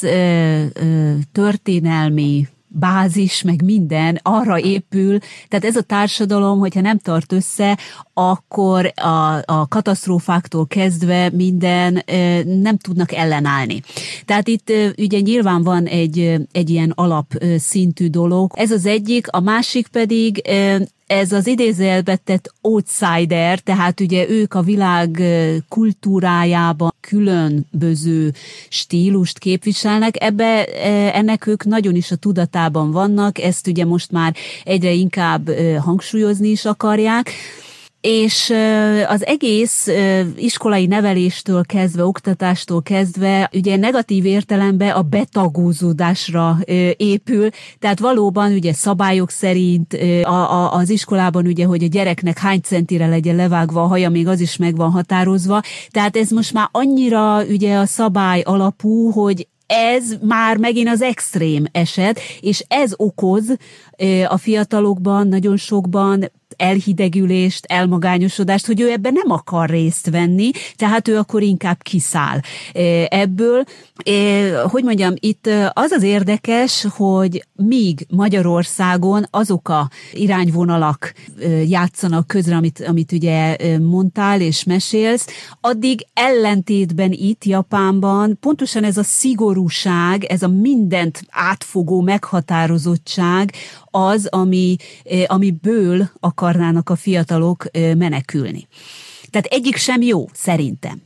történelmi bázis, meg minden arra épül, tehát ez a társadalom, hogyha nem tart össze, akkor a katasztrófáktól kezdve minden nem tudnak ellenállni. Tehát itt ugye nyilván van egy ilyen alapszintű dolog. Ez az egyik, a másik pedig ez az idézőjelbe tett outsider, tehát ugye ők a világ kultúrájában különböző stílust képviselnek, ennek ők nagyon is a tudatában vannak, ezt ugye most már egyre inkább hangsúlyozni is akarják, és az egész iskolai neveléstől kezdve, oktatástól kezdve ugye negatív értelemben a betagózódásra épül, tehát valóban ugye szabályok szerint az iskolában ugye, hogy a gyereknek hány centire legyen levágva a haja, még az is meg van határozva, tehát ez most már annyira ugye a szabály alapú, hogy ez már megint az extrém eset, és ez okoz a fiatalokban, nagyon sokban elhidegülést, elmagányosodást, hogy ő ebben nem akar részt venni, tehát ő akkor inkább kiszáll ebből. Hogy mondjam, itt az az érdekes, hogy míg Magyarországon azok a irányvonalak játszanak közre, amit ugye mondtál és mesélsz, addig ellentétben itt Japánban pontosan ez a szigorúság, ez a mindent átfogó meghatározottság az, amiből akarnának a fiatalok menekülni. Tehát egyik sem jó, szerintem.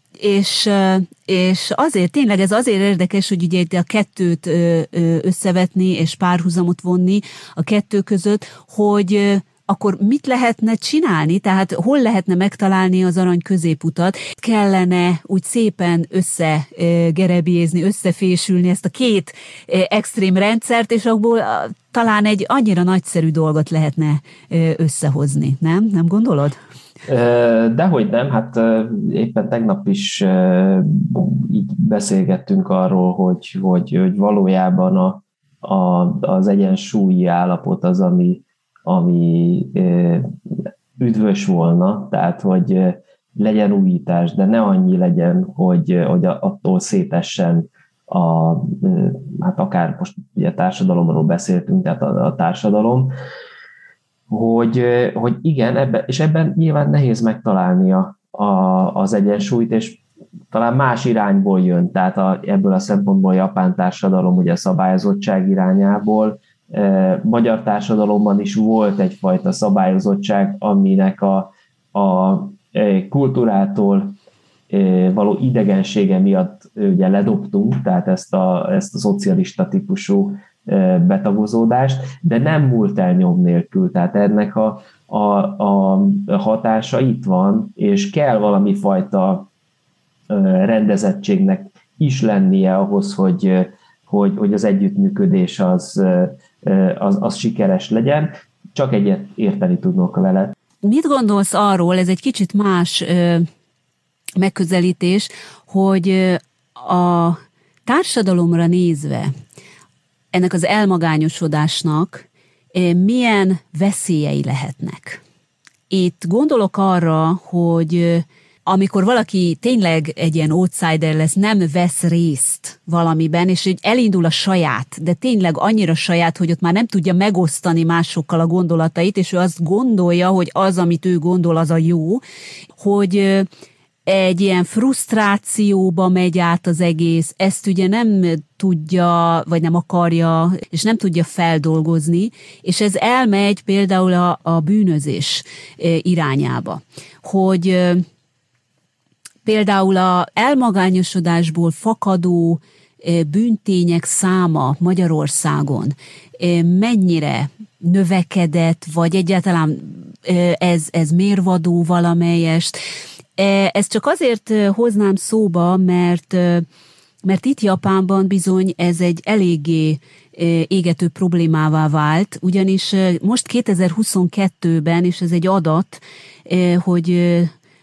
És azért, tényleg ez azért érdekes, hogy ugye a kettőt összevetni és párhuzamot vonni a kettő között, hogy akkor mit lehetne csinálni, tehát hol lehetne megtalálni az arany középutat, kellene úgy szépen összegerebjézni, összefésülni ezt a két extrém rendszert, és abból talán egy annyira nagyszerű dolgot lehetne összehozni, nem? Nem gondolod? Dehogy nem, hát éppen tegnap is így beszélgettünk arról, hogy valójában az egyensúlyi állapot az, ami üdvös volna, tehát hogy legyen újítás, de ne annyi legyen, hogy attól szétessen hát akár most ugye társadalomról beszéltünk, tehát a társadalom, hogy igen, ebben nyilván nehéz megtalálni az egyensúlyt, és talán más irányból jön, tehát ebből a szempontból a japán társadalom ugye a szabályozottság irányából, magyar társadalomban is volt egyfajta szabályozottság, aminek a kultúrától való idegensége miatt ugye ledobtunk, tehát ezt a szocialista típusú betagozódást, de nem múlt el nyom nélkül, tehát ennek a hatása itt van, és kell valami fajta rendezettségnek is lennie ahhoz, hogy az együttműködés az sikeres legyen, csak egyet érteni tudnok vele. Mit gondolsz arról, ez egy kicsit más megközelítés, hogy a társadalomra nézve ennek az elmagányosodásnak milyen veszélyei lehetnek? Itt gondolok arra, hogy amikor valaki tényleg egy ilyen outsider lesz, nem vesz részt valamiben, és így elindul a saját, de tényleg annyira saját, hogy ott már nem tudja megosztani másokkal a gondolatait, és ő azt gondolja, hogy az, amit ő gondol, az a jó, hogy egy ilyen frusztrációba megy át az egész, ezt ugye nem tudja, vagy nem akarja, és nem tudja feldolgozni, és ez elmegy például a bűnözés irányába, hogy például az elmagányosodásból fakadó bűntények száma Magyarországon mennyire növekedett, vagy egyáltalán ez mérvadó valamelyest. Ezt csak azért hoznám szóba, mert itt Japánban bizony ez egy eléggé égető problémává vált, ugyanis most 2022-ben, és ez egy adat, hogy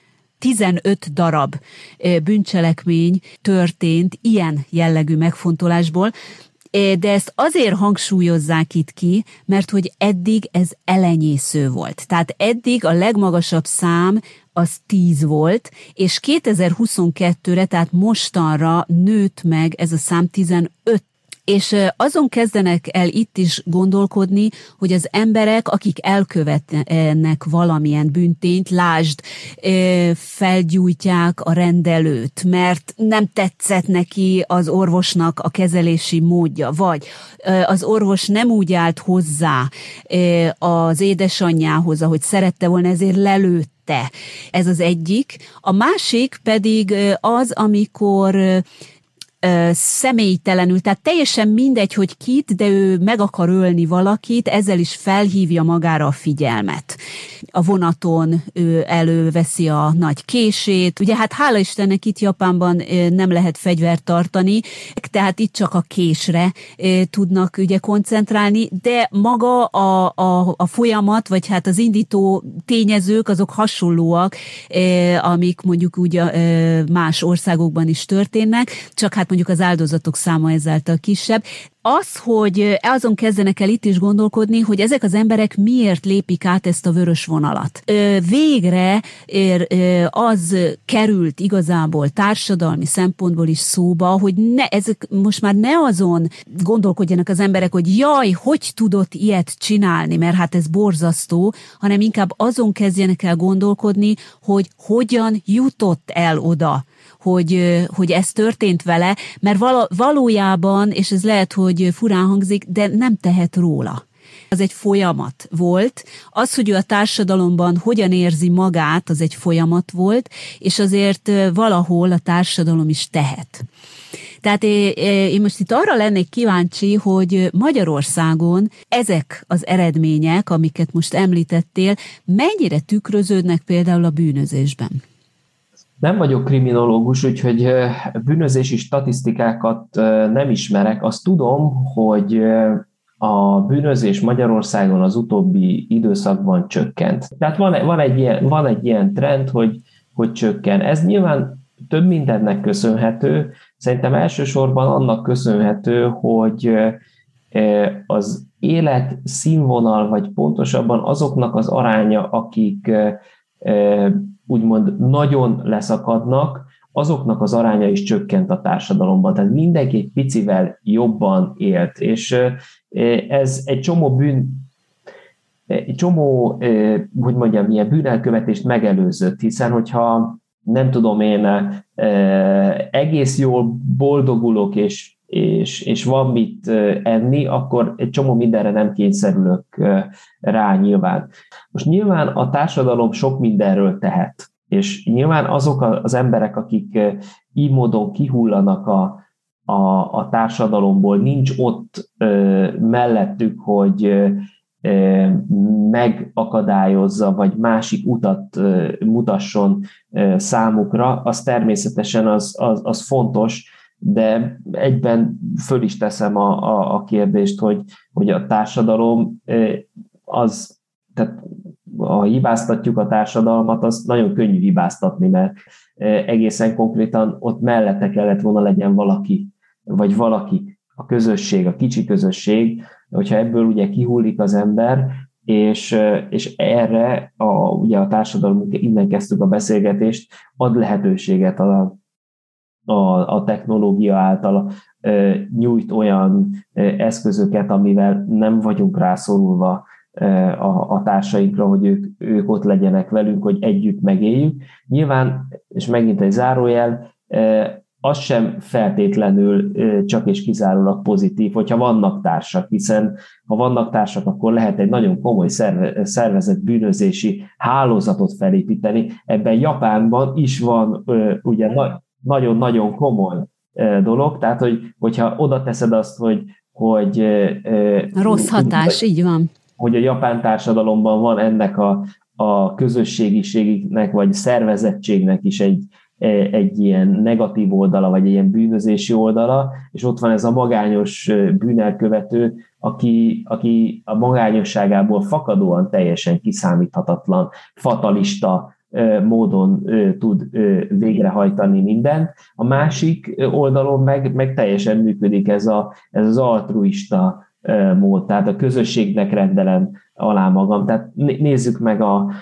15 darab bűncselekmény történt ilyen jellegű megfontolásból, de ezt azért hangsúlyozzák itt ki, mert hogy eddig ez elenyésző volt. Tehát eddig a legmagasabb szám az 10 volt, és 2022-re, tehát mostanra nőtt meg ez a szám 15. És azon kezdenek el itt is gondolkodni, hogy az emberek, akik elkövetnek valamilyen bűntényt, lásd, felgyújtják a rendelőt, mert nem tetszett neki az orvosnak a kezelési módja, vagy az orvos nem úgy állt hozzá az édesanyjához, ahogy szerette volna, ezért lelőtt. Ez az egyik. A másik pedig az, amikor személytelenül, tehát teljesen mindegy, hogy kit, de ő meg akar ölni valakit, ezzel is felhívja magára a figyelmet. A vonaton ő előveszi a nagy kését, ugye hát hála Istennek itt Japánban nem lehet fegyvert tartani, tehát itt csak a késre tudnak ugye koncentrálni, de maga a folyamat, vagy hát az indító tényezők azok hasonlóak, amik mondjuk úgy más országokban is történnek, csak hát mondjuk az áldozatok száma ezáltal kisebb. Az, hogy azon kezdenek el itt is gondolkodni, hogy ezek az emberek miért lépik át ezt a vörös vonalat. Végre az került igazából társadalmi szempontból is szóba, hogy ezek most már ne azon gondolkodjanak az emberek, hogy jaj, hogy tudott ilyet csinálni, mert hát ez borzasztó, hanem inkább azon kezdjenek el gondolkodni, hogy hogyan jutott el oda, hogy ez történt vele, mert valójában, és ez lehet, hogy furán hangzik, de nem tehet róla. Az egy folyamat volt. Az, hogy ő a társadalomban hogyan érzi magát, az egy folyamat volt, és azért valahol a társadalom is tehet. Tehát én most itt arra lennék kíváncsi, hogy Magyarországon ezek az eredmények, amiket most említettél, mennyire tükröződnek például a bűnözésben? Nem vagyok kriminológus, úgyhogy bűnözési statisztikákat nem ismerek. Azt tudom, hogy a bűnözés Magyarországon az utóbbi időszakban csökkent. Tehát van egy ilyen trend, hogy csökken. Ez nyilván több mindennek köszönhető. Szerintem elsősorban annak köszönhető, hogy az életszínvonal, vagy pontosabban azoknak az aránya, akik úgymond nagyon leszakadnak, azoknak az aránya is csökkent a társadalomban. Tehát mindenki egy picivel jobban élt. És ez egy csomó, hogy mondjam, ilyen bűnelkövetést megelőzött, hiszen hogyha nem tudom én, egész jól boldogulok, és van mit enni, akkor egy csomó mindenre nem kényszerülök rá nyilván. Most nyilván a társadalom sok mindenről tehet, és nyilván azok az emberek, akik így módon kihullanak a társadalomból, nincs ott mellettük, hogy megakadályozza, vagy másik utat mutasson számukra, az természetesen az fontos, de egyben föl is teszem a kérdést, hogy a társadalom tehát ha hibáztatjuk a társadalmat, az nagyon könnyű hibáztatni, mert egészen konkrétan ott mellette kellett volna legyen valaki, vagy valaki, a közösség, a kicsi közösség, hogyha ebből ugye kihullik az ember, és erre ugye a társadalom, innen kezdtük a beszélgetést, ad lehetőséget a technológia által, nyújt olyan eszközöket, amivel nem vagyunk rászorulva a társainkra, hogy ők ott legyenek velünk, hogy együtt megéljük. Nyilván, és megint egy zárójel, az sem feltétlenül csak és kizárólag pozitív, hogyha vannak társak, hiszen ha vannak társak, akkor lehet egy nagyon komoly szervezett bűnözési hálózatot felépíteni. Ebben Japánban is van ugye nagyon-nagyon komoly dolog, tehát hogyha oda teszed azt, hogy rossz hatás, így van. Hogy a japán társadalomban van ennek a közösségiségnek, vagy szervezettségnek is egy ilyen negatív oldala, vagy egy ilyen bűnözési oldala, és ott van ez a magányos bűnelkövető, aki a magányosságából fakadóan teljesen kiszámíthatatlan, fatalista módon tud végrehajtani mindent. A másik oldalon meg teljesen működik ez az altruista mód, tehát a közösségnek rendelem alá magam. Tehát nézzük meg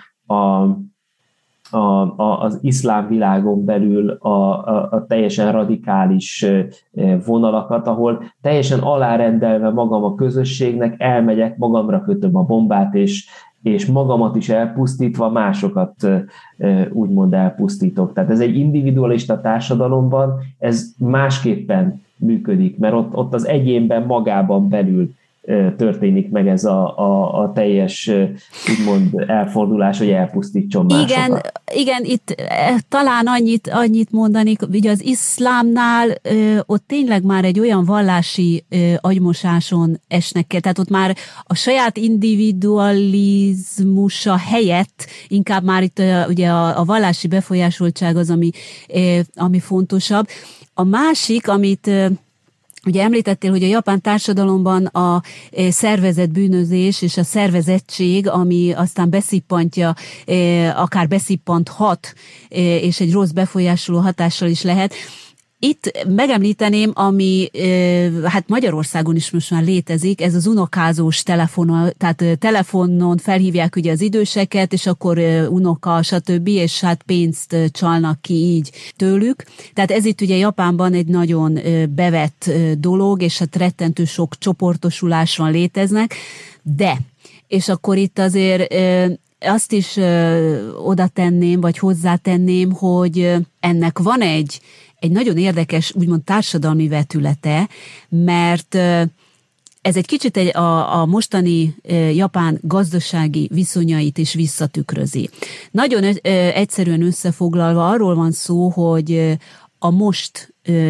az iszlám világon belül a teljesen radikális vonalakat, ahol teljesen alárendelve magam a közösségnek, elmegyek, magamra kötöm a bombát, és magamat is elpusztítva másokat úgymond elpusztítok. Tehát ez egy individualista társadalomban, ez másképpen működik, mert ott az egyénben magában belül történik meg ez a teljes úgymond elfordulás, hogy elpusztítson másokat. Igen, itt talán annyit mondanék, ugye az iszlámnál ott tényleg már egy olyan vallási agymosáson esnek el, tehát ott már a saját individualizmusa helyett inkább már itt ugye a vallási befolyásoltság az, ami fontosabb. A másik, amit ugye említettél, hogy a japán társadalomban a szervezett bűnözés és a szervezettség, ami aztán beszippantja, akár beszippanthat, és egy rossz befolyásoló hatással is lehet. Itt megemlíteném, ami hát Magyarországon is most már létezik, ez az unokázós telefon, tehát telefonon felhívják ugye az időseket, és akkor unoka, stb., és hát pénzt csalnak ki így tőlük. Tehát ez itt ugye Japánban egy nagyon bevett dolog, és hát rettentő sok csoportosulás van, léteznek, de, és akkor itt azért azt is oda tenném, vagy hozzátenném, hogy ennek van egy nagyon érdekes, úgymond társadalmi vetülete, mert ez egy kicsit a mostani japán gazdasági viszonyait is visszatükrözi. Nagyon egyszerűen összefoglalva arról van szó, hogy a most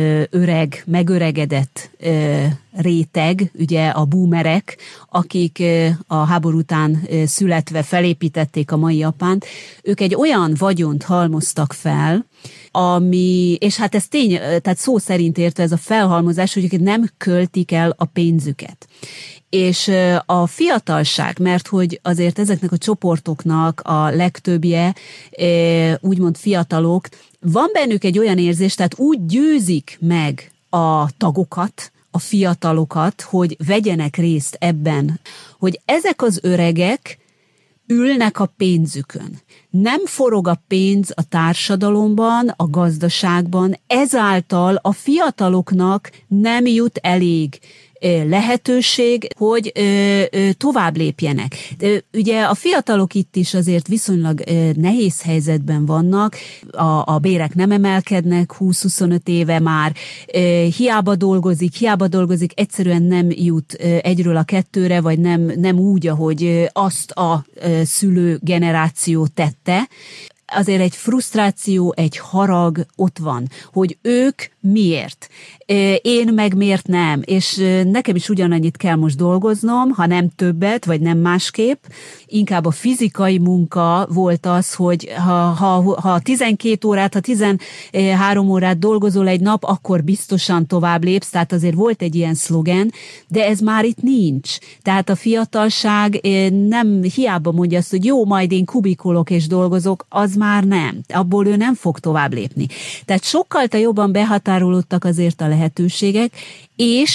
megöregedett réteg, ugye a boomerek, akik a háború után születve felépítették a mai Japánt, ők egy olyan vagyont halmoztak fel, és hát ez tény, tehát szó szerint értve ez a felhalmozás, hogy ők nem költik el a pénzüket. És a fiatalság, mert hogy azért ezeknek a csoportoknak a legtöbbje úgymond fiatalok, van bennük egy olyan érzés, tehát úgy győzik meg a tagokat, a fiatalokat, hogy vegyenek részt ebben, hogy ezek az öregek ülnek a pénzükön. Nem forog a pénz a társadalomban, a gazdaságban, ezáltal a fiataloknak nem jut elég lehetőség, hogy tovább lépjenek. Ugye a fiatalok itt is azért viszonylag nehéz helyzetben vannak, a bérek nem emelkednek 20-25 éve már, hiába dolgozik, egyszerűen nem jut egyről a kettőre, vagy nem úgy, ahogy azt a szülő generáció tette. Azért egy frusztráció, egy harag ott van, hogy ők miért, én meg miért nem, és nekem is ugyanannyit kell most dolgoznom, ha nem többet, vagy nem másképp. Inkább a fizikai munka volt az, hogy ha 12 órát, ha 13 órát dolgozol egy nap, akkor biztosan tovább lépsz, tehát azért volt egy ilyen szlogen, de ez már itt nincs. Tehát a fiatalság nem hiába mondja azt, hogy jó, majd én kubikolok és dolgozok, az már nem. Abból ő nem fog tovább lépni. Tehát sokkal jobban behatárolódtak azért a lehetőségek, és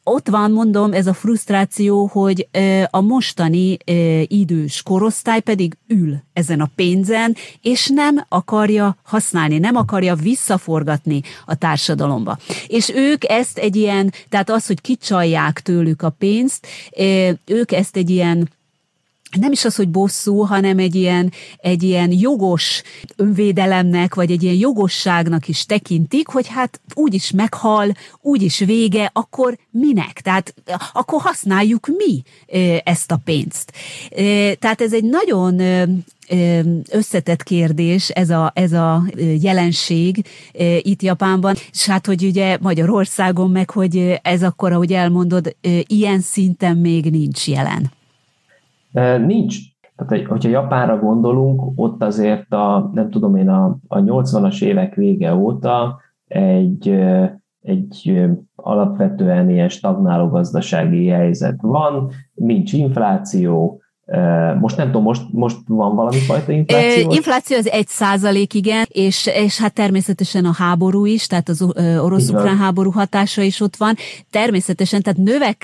ott van, mondom, ez a frusztráció, hogy a mostani idős korosztály pedig ül ezen a pénzen, és nem akarja használni, nem akarja visszaforgatni a társadalomba. És ők ezt egy ilyen, tehát az, hogy kicsalják tőlük a pénzt, ők ezt egy ilyen, nem is az, hogy bosszú, hanem egy ilyen jogos önvédelemnek, vagy egy ilyen jogosságnak is tekintik, hogy hát úgyis meghal, úgyis vége, akkor minek? Tehát akkor használjuk mi ezt a pénzt. Tehát ez egy nagyon összetett kérdés, ez a jelenség itt Japánban, és hát, hogy ugye Magyarországon meg, hogy ez akkor, ahogy elmondod, ilyen szinten még nincs jelen. Nincs. Tehát, hogyha Japánra gondolunk, ott azért nem tudom én, a 80-as évek vége óta egy alapvetően ilyen stagnáló gazdasági helyzet van, nincs infláció. Most nem tudom, most van valami fajta infláció? Infláció az 1%, igen, és hát természetesen a háború is, tehát az orosz-ukrán háború hatása is ott van. Természetesen, tehát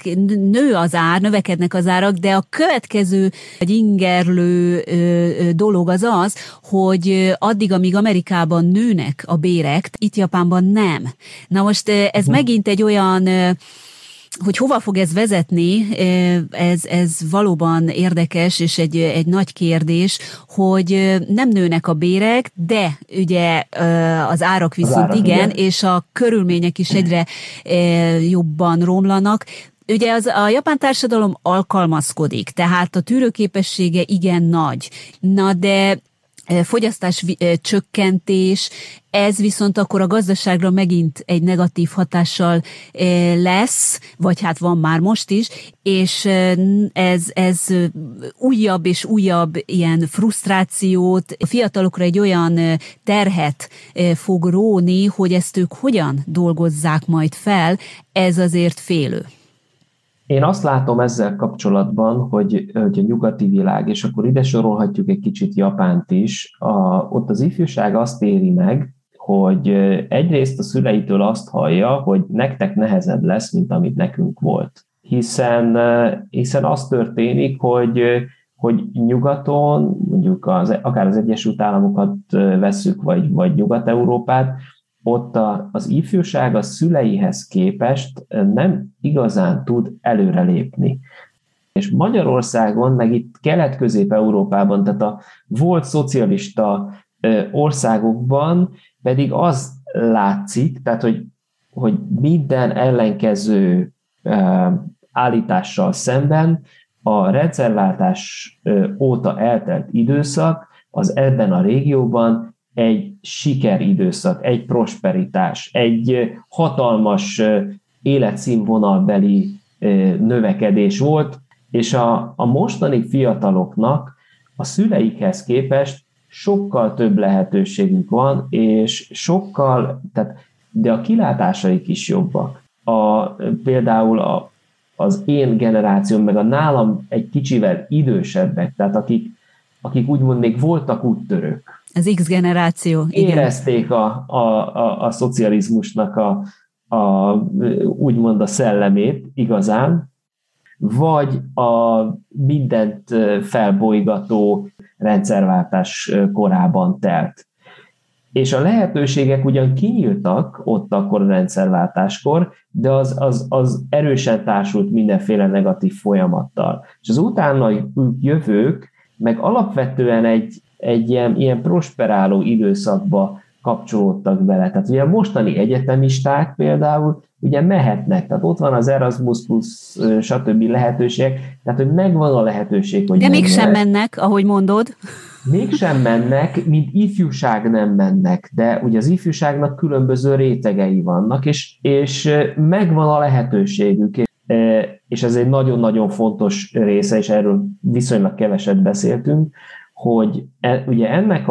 növekednek az árak, de a következő egy ingerlő dolog az, hogy addig, amíg Amerikában nőnek a bérek, itt Japánban nem. Na most ez megint egy olyan, hogy hova fog ez vezetni, ez valóban érdekes, és egy nagy kérdés, hogy nem nőnek a bérek, de ugye az árak viszont igen, és a körülmények is egyre jobban romlanak. Ugye a japán társadalom alkalmazkodik, tehát a tűrőképessége igen nagy. Na de fogyasztás csökkentés, ez viszont akkor a gazdaságra megint egy negatív hatással lesz, vagy hát van már most is, és ez újabb és újabb ilyen frusztrációt, a fiatalokra egy olyan terhet fog róni, hogy ezt ők hogyan dolgozzák majd fel, ez azért félő. Én azt látom ezzel kapcsolatban, hogy a nyugati világ, és akkor ide sorolhatjuk egy kicsit Japánt is, ott az ifjúság azt éri meg, hogy egyrészt a szüleitől azt hallja, hogy nektek nehezebb lesz, mint amit nekünk volt. Hiszen az történik, hogy nyugaton, mondjuk akár az Egyesült Államokat vesszük, vagy Nyugat-Európát, ott az ifjúság a szüleihez képest nem igazán tud előrelépni. És Magyarországon, meg itt Kelet-Közép-Európában, tehát a volt szocialista országokban pedig az látszik, tehát hogy minden ellenkező állítással szemben a rendszerváltás óta eltelt időszak az ebben a régióban egy sikeridőszak, egy prosperitás, egy hatalmas életszínvonalbeli növekedés volt, és a mostani fiataloknak a szüleikhez képest sokkal több lehetőségük van, és de a kilátásaik is jobbak. Például az én generációm, meg a nálam egy kicsivel idősebbek, tehát akik úgymond még voltak úttörők. Az X generáció. Igen. Érezték a szocializmusnak úgymond a szellemét igazán, vagy a mindent felbolygató rendszerváltás korában telt. És a lehetőségek ugyan kinyíltak ott akkor a rendszerváltáskor, de az erősen társult mindenféle negatív folyamattal. És az utána jövők meg alapvetően egy ilyen prosperáló időszakba kapcsolódtak bele. Tehát ugye a mostani egyetemisták például ugye mehetnek, tehát ott van az Erasmus+, stb. Lehetőségek, tehát hogy megvan a lehetőség, hogy de mégsem mennek, ahogy mondod. Mégsem mennek, mint ifjúság nem mennek, de ugye az ifjúságnak különböző rétegei vannak, és megvan a lehetőségük, és ez egy nagyon-nagyon fontos része, és erről viszonylag keveset beszéltünk, hogy ugye ennek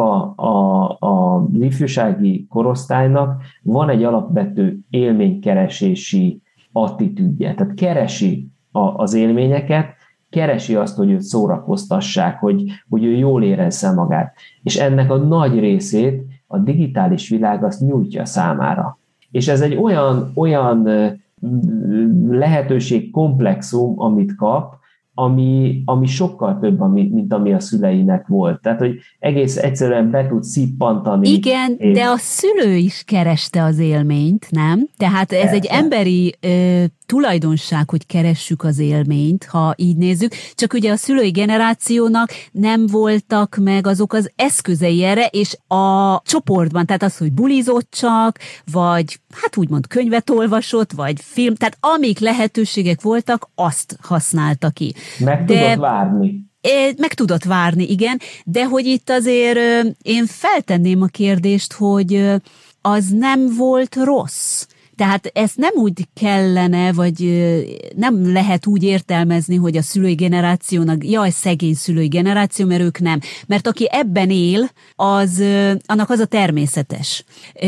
a ifjúsági korosztálynak van egy alapvető élménykeresési attitűdje, tehát keresi az élményeket, keresi azt, hogy őt szórakoztassák, hogy ő jól érezze magát. És ennek a nagy részét a digitális világ azt nyújtja számára. És ez egy olyan lehetőség komplexum, amit kap, ami sokkal több, mint ami a szüleinek volt. Tehát, hogy egész egyszerűen be tud szippantani. Igen, de a szülő is kereste az élményt, nem? Tehát ez egy emberi tulajdonság, hogy keressük az élményt, ha így nézzük, csak ugye a szülői generációnak nem voltak meg azok az eszközei erre, és a csoportban, tehát az, hogy bulizott csak, vagy hát úgymond könyvet olvasott, vagy film, tehát amik lehetőségek voltak, azt használta ki. Tudott várni. Meg tudott várni, igen, de hogy itt azért én feltenném a kérdést, hogy az nem volt rossz. Tehát ezt nem úgy kellene, vagy nem lehet úgy értelmezni, hogy a szülői generációnak, jaj, szegény szülői generáció, mert ők nem. Mert aki ebben él, annak az a természetes.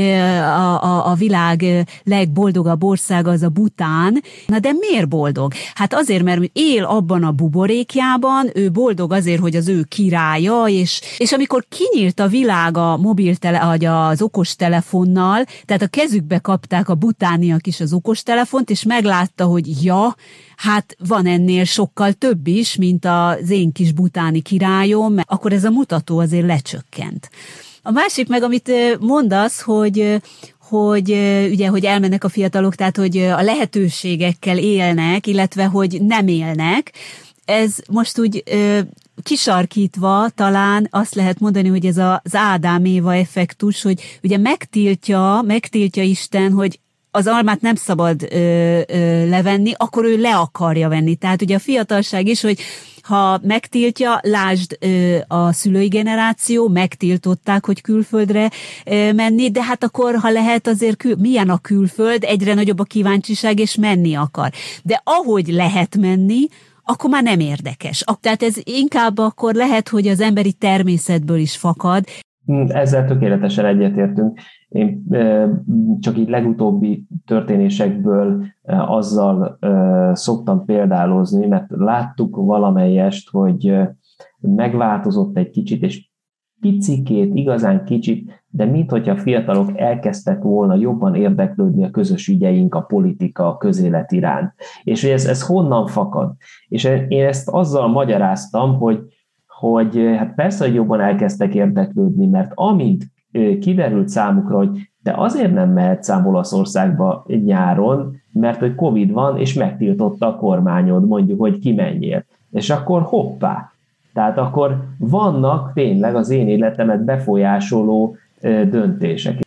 A világ legboldogabb országa az a Bután. Na de miért boldog? Hát azért, mert él abban a buborékjában, ő boldog azért, hogy az ő királya, és amikor kinyílt a világ a az okostelefonnal, tehát a kezükbe kapták a butániak is az okostelefont, és meglátta, hogy ja, hát van ennél sokkal több is, mint az én kis butáni királyom, akkor ez a mutató azért lecsökkent. A másik meg, amit mondasz, hogy ugye, hogy elmennek a fiatalok, tehát, hogy a lehetőségekkel élnek, illetve, hogy nem élnek, ez most úgy kisarkítva talán azt lehet mondani, hogy ez az Ádám-Éva effektus, hogy ugye megtiltja Isten, hogy az almát nem szabad levenni, akkor ő le akarja venni. Tehát ugye a fiatalság is, hogy ha megtiltja, lásd a szülői generáció, megtiltották, hogy külföldre menni, de hát akkor, ha lehet, azért milyen a külföld, egyre nagyobb a kíváncsiság, és menni akar. De ahogy lehet menni, akkor már nem érdekes. Tehát ez inkább akkor lehet, hogy az emberi természetből is fakad. Ezzel tökéletesen egyetértünk. Én csak így legutóbbi történésekből azzal szoktam példálozni, mert láttuk valamelyest, hogy megváltozott egy kicsit, és picikét, igazán kicsit, de minthogyha a fiatalok elkezdtek volna jobban érdeklődni a közös ügyeink, a politika, a közélet iránt. És hogy ez honnan fakad? És én ezt azzal magyaráztam, hogy hát persze, hogy jobban elkezdtek érdeklődni, mert amint kiderült számukra, hogy de azért nem mehetsz ám Olaszországba nyáron, mert hogy Covid van, és megtiltotta a kormányod, mondjuk, hogy kimenjél. És akkor hoppá! Tehát akkor vannak tényleg az én életemet befolyásoló döntések.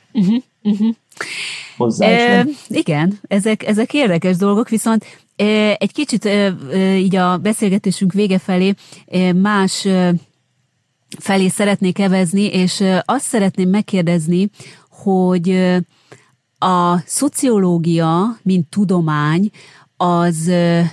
Igen, ezek érdekes dolgok, viszont egy kicsit így a beszélgetésünk vége felé más felé szeretnék evezni, és azt szeretném megkérdezni, hogy a szociológia, mint tudomány, az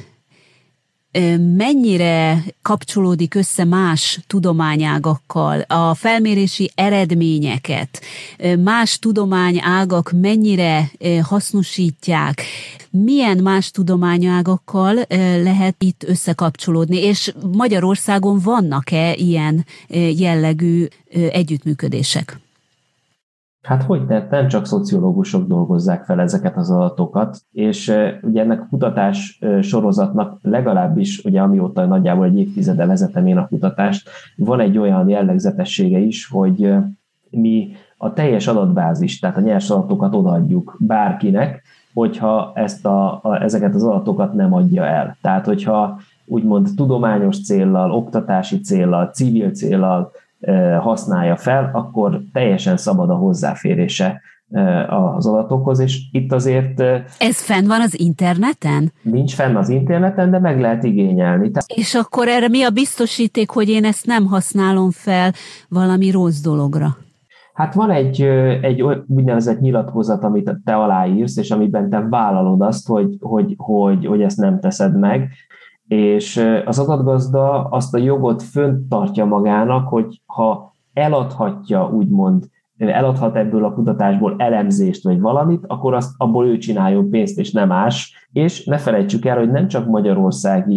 mennyire kapcsolódik össze más tudományágakkal, a felmérési eredményeket, más tudományágak mennyire hasznosítják, milyen más tudományágakkal lehet itt összekapcsolódni, és Magyarországon vannak-e ilyen jellegű együttműködések? Hát hogy nem csak szociológusok dolgozzák fel ezeket az adatokat, és ugye ennek a kutatás sorozatnak legalábbis, ugye amióta nagyjából egy évtizede vezetem én a kutatást, van egy olyan jellegzetessége is, hogy mi a teljes adatbázist, tehát a nyers adatokat odaadjuk bárkinek, hogyha ezeket az adatokat nem adja el. Tehát hogyha úgymond tudományos céllal, oktatási céllal, civil céllal használja fel, akkor teljesen szabad a hozzáférése az adatokhoz, és itt azért... Ez fenn van az interneten? Nincs fenn az interneten, de meg lehet igényelni. És akkor erre mi a biztosíték, hogy én ezt nem használom fel valami rossz dologra? Hát van egy úgynevezett nyilatkozat, amit te aláírsz, és amiben te vállalod azt, hogy ezt nem teszed meg, és az adatgazda azt a jogot fönt tartja magának, hogy ha eladhatja, úgymond, eladhat ebből a kutatásból elemzést vagy valamit, akkor abból ő csináljon pénzt, és nem más. És ne felejtsük el, hogy nem csak magyarországi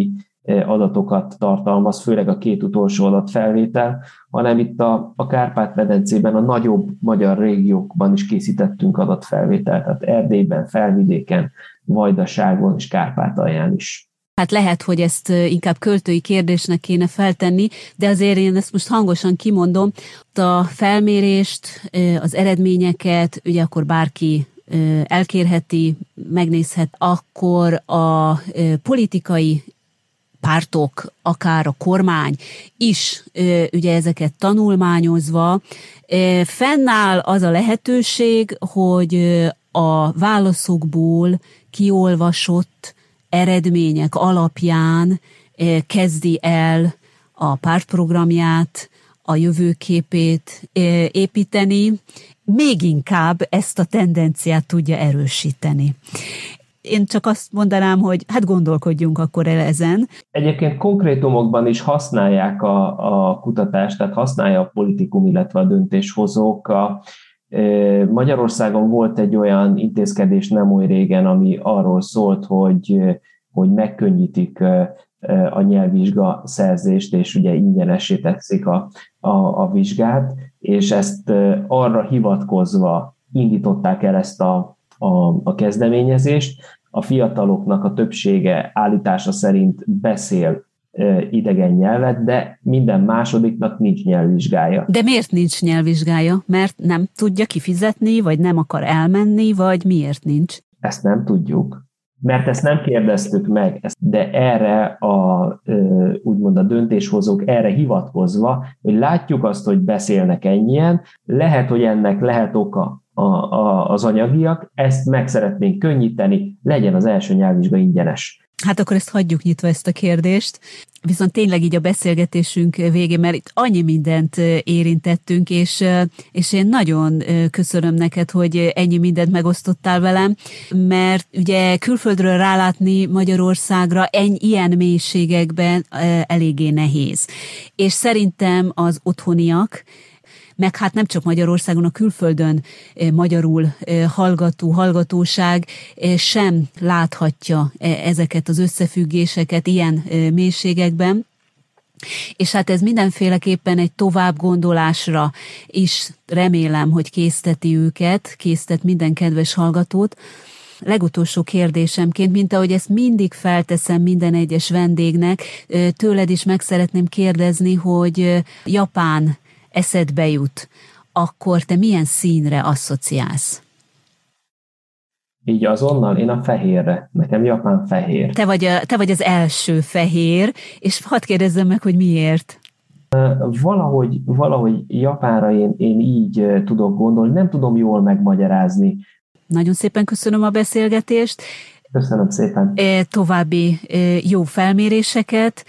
adatokat tartalmaz, főleg a 2 utolsó adatfelvétel, hanem itt a Kárpát-medencében, a nagyobb magyar régiókban is készítettünk adatfelvételt, tehát Erdélyben, Felvidéken, Vajdaságon és Kárpátalján is. Hát lehet, hogy ezt inkább költői kérdésnek kéne feltenni, de azért én ezt most hangosan kimondom. A felmérést, az eredményeket, ugye akkor bárki elkérheti, megnézhet, akkor a politikai pártok, akár a kormány is ugye ezeket tanulmányozva, fennáll az a lehetőség, hogy a válaszokból kiolvasott eredmények alapján kezdi el a pártprogramját, a jövőképét építeni, még inkább ezt a tendenciát tudja erősíteni. Én csak azt mondanám, hogy hát gondolkodjunk akkor el ezen. Egyébként konkrétumokban is használják a kutatást, tehát használja a politikum, illetve a döntéshozók. Magyarországon volt egy olyan intézkedés nem oly régen, ami arról szólt, hogy megkönnyítik a nyelvvizsga szerzést, és ugye ingyenessé teszik a vizsgát, és ezt arra hivatkozva indították el ezt a kezdeményezést. A fiataloknak a többsége állítása szerint beszél idegen nyelvet, de minden másodiknak nincs nyelvvizsgája. De miért nincs nyelvvizsgája? Mert nem tudja kifizetni, vagy nem akar elmenni, vagy miért nincs? Ezt nem tudjuk. Mert ezt nem kérdeztük meg, de erre úgymond a döntéshozók erre hivatkozva, hogy látjuk azt, hogy beszélnek ennyien, lehet, hogy ennek lehet oka az anyagiak, ezt meg szeretnénk könnyíteni, legyen az első nyelvvizsga ingyenes. Hát akkor ezt hagyjuk nyitva, ezt a kérdést. Viszont tényleg így a beszélgetésünk végén, mert itt annyi mindent érintettünk, és én nagyon köszönöm neked, hogy ennyi mindent megosztottál velem, mert ugye külföldről rálátni Magyarországra ilyen mélységekben eléggé nehéz. És szerintem az otthoniak, meg hát nem csak Magyarországon, a külföldön magyarul hallgatóság sem láthatja ezeket az összefüggéseket ilyen mélységekben. És hát ez mindenféleképpen egy tovább gondolásra is remélem, hogy készteti őket, késztet minden kedves hallgatót. Legutolsó kérdésemként, mint ahogy ezt mindig felteszem minden egyes vendégnek, tőled is meg szeretném kérdezni, hogy Japán eszedbe jut, akkor te milyen színre asszociálsz? Így azonnal én a fehérre, nekem Japán fehér. Te vagy az első fehér, és hadd kérdezzem meg, hogy miért? Valahogy Japánra én így tudok gondolni, nem tudom jól megmagyarázni. Nagyon szépen köszönöm a beszélgetést. Köszönöm szépen. További jó felméréseket,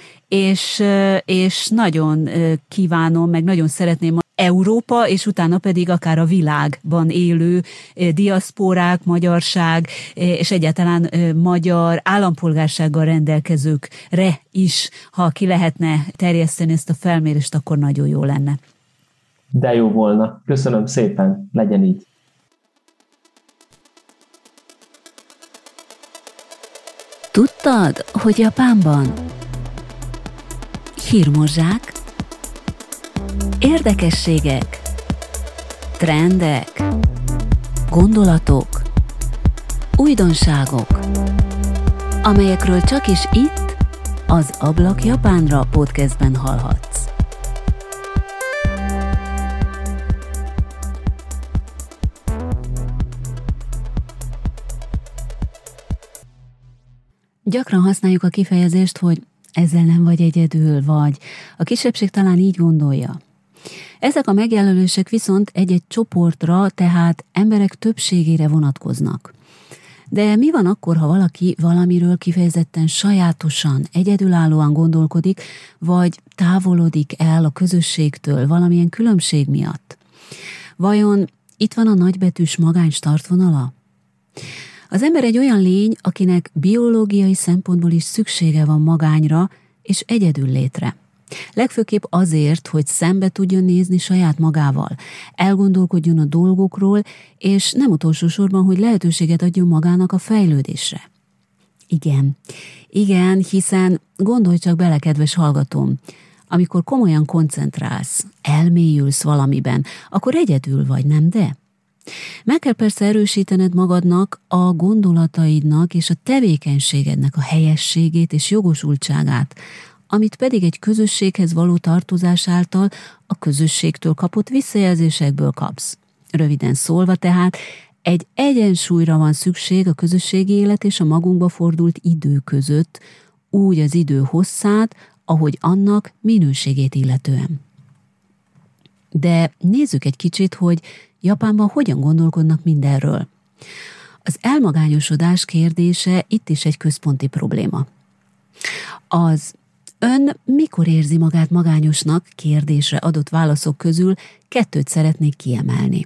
és nagyon kívánom, meg nagyon szeretném Európa, és utána pedig akár a világban élő diaszporák, magyarság, és egyáltalán magyar állampolgársággal rendelkezőkre is, ha ki lehetne terjeszteni ezt a felmérést, akkor nagyon jó lenne. De jó volna. Köszönöm szépen. Legyen így. Tudtad, hogy Japánban hírmorzsák, érdekességek, trendek, gondolatok, újdonságok, amelyekről csak is itt, az Ablak Japánra podcastben hallhatsz. Gyakran használjuk a kifejezést, hogy ezzel nem vagy egyedül, vagy a kisebbség talán így gondolja. Ezek a megjelölések viszont egy-egy csoportra, tehát emberek többségére vonatkoznak. De mi van akkor, ha valaki valamiről kifejezetten sajátosan, egyedülállóan gondolkodik, vagy távolodik el a közösségtől valamilyen különbség miatt? Vajon itt van a nagybetűs magány startvonala? Az ember egy olyan lény, akinek biológiai szempontból is szüksége van magányra és egyedüllétre. Legfőképp azért, hogy szembe tudjon nézni saját magával, elgondolkodjon a dolgokról, és nem utolsó sorban, hogy lehetőséget adjon magának a fejlődésre. Igen, hiszen gondolj csak bele, kedves hallgatóm, amikor komolyan koncentrálsz, elmélyülsz valamiben, akkor egyedül vagy, nem de? Meg kell persze erősítened magadnak a gondolataidnak és a tevékenységednek a helyességét és jogosultságát, amit pedig egy közösséghez való tartozás által a közösségtől kapott visszajelzésekből kapsz. Röviden szólva tehát, egy egyensúlyra van szükség a közösségi élet és a magunkba fordult idő között, úgy az idő hosszát, ahogy annak minőségét illetően. De nézzük egy kicsit, hogy Japánban hogyan gondolkodnak mindenről. Az elmagányosodás kérdése itt is egy központi probléma. Az ön mikor érzi magát magányosnak kérdésre adott válaszok közül 2 szeretnék kiemelni.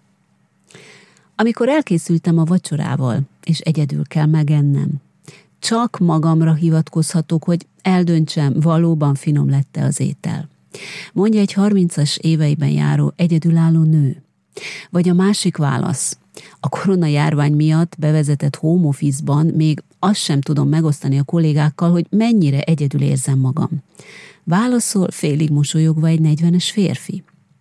Amikor elkészültem a vacsorával, és egyedül kell megennem, csak magamra hivatkozhatok, hogy eldöntsem, valóban finom lett-e az étel. Mondja egy 30-as éveiben járó egyedülálló nő. Vagy a másik válasz. A koronajárvány miatt bevezetett home office-ban még azt sem tudom megosztani a kollégákkal, hogy mennyire egyedül érzem magam. Válaszol félig mosolyogva egy 40-es férfi.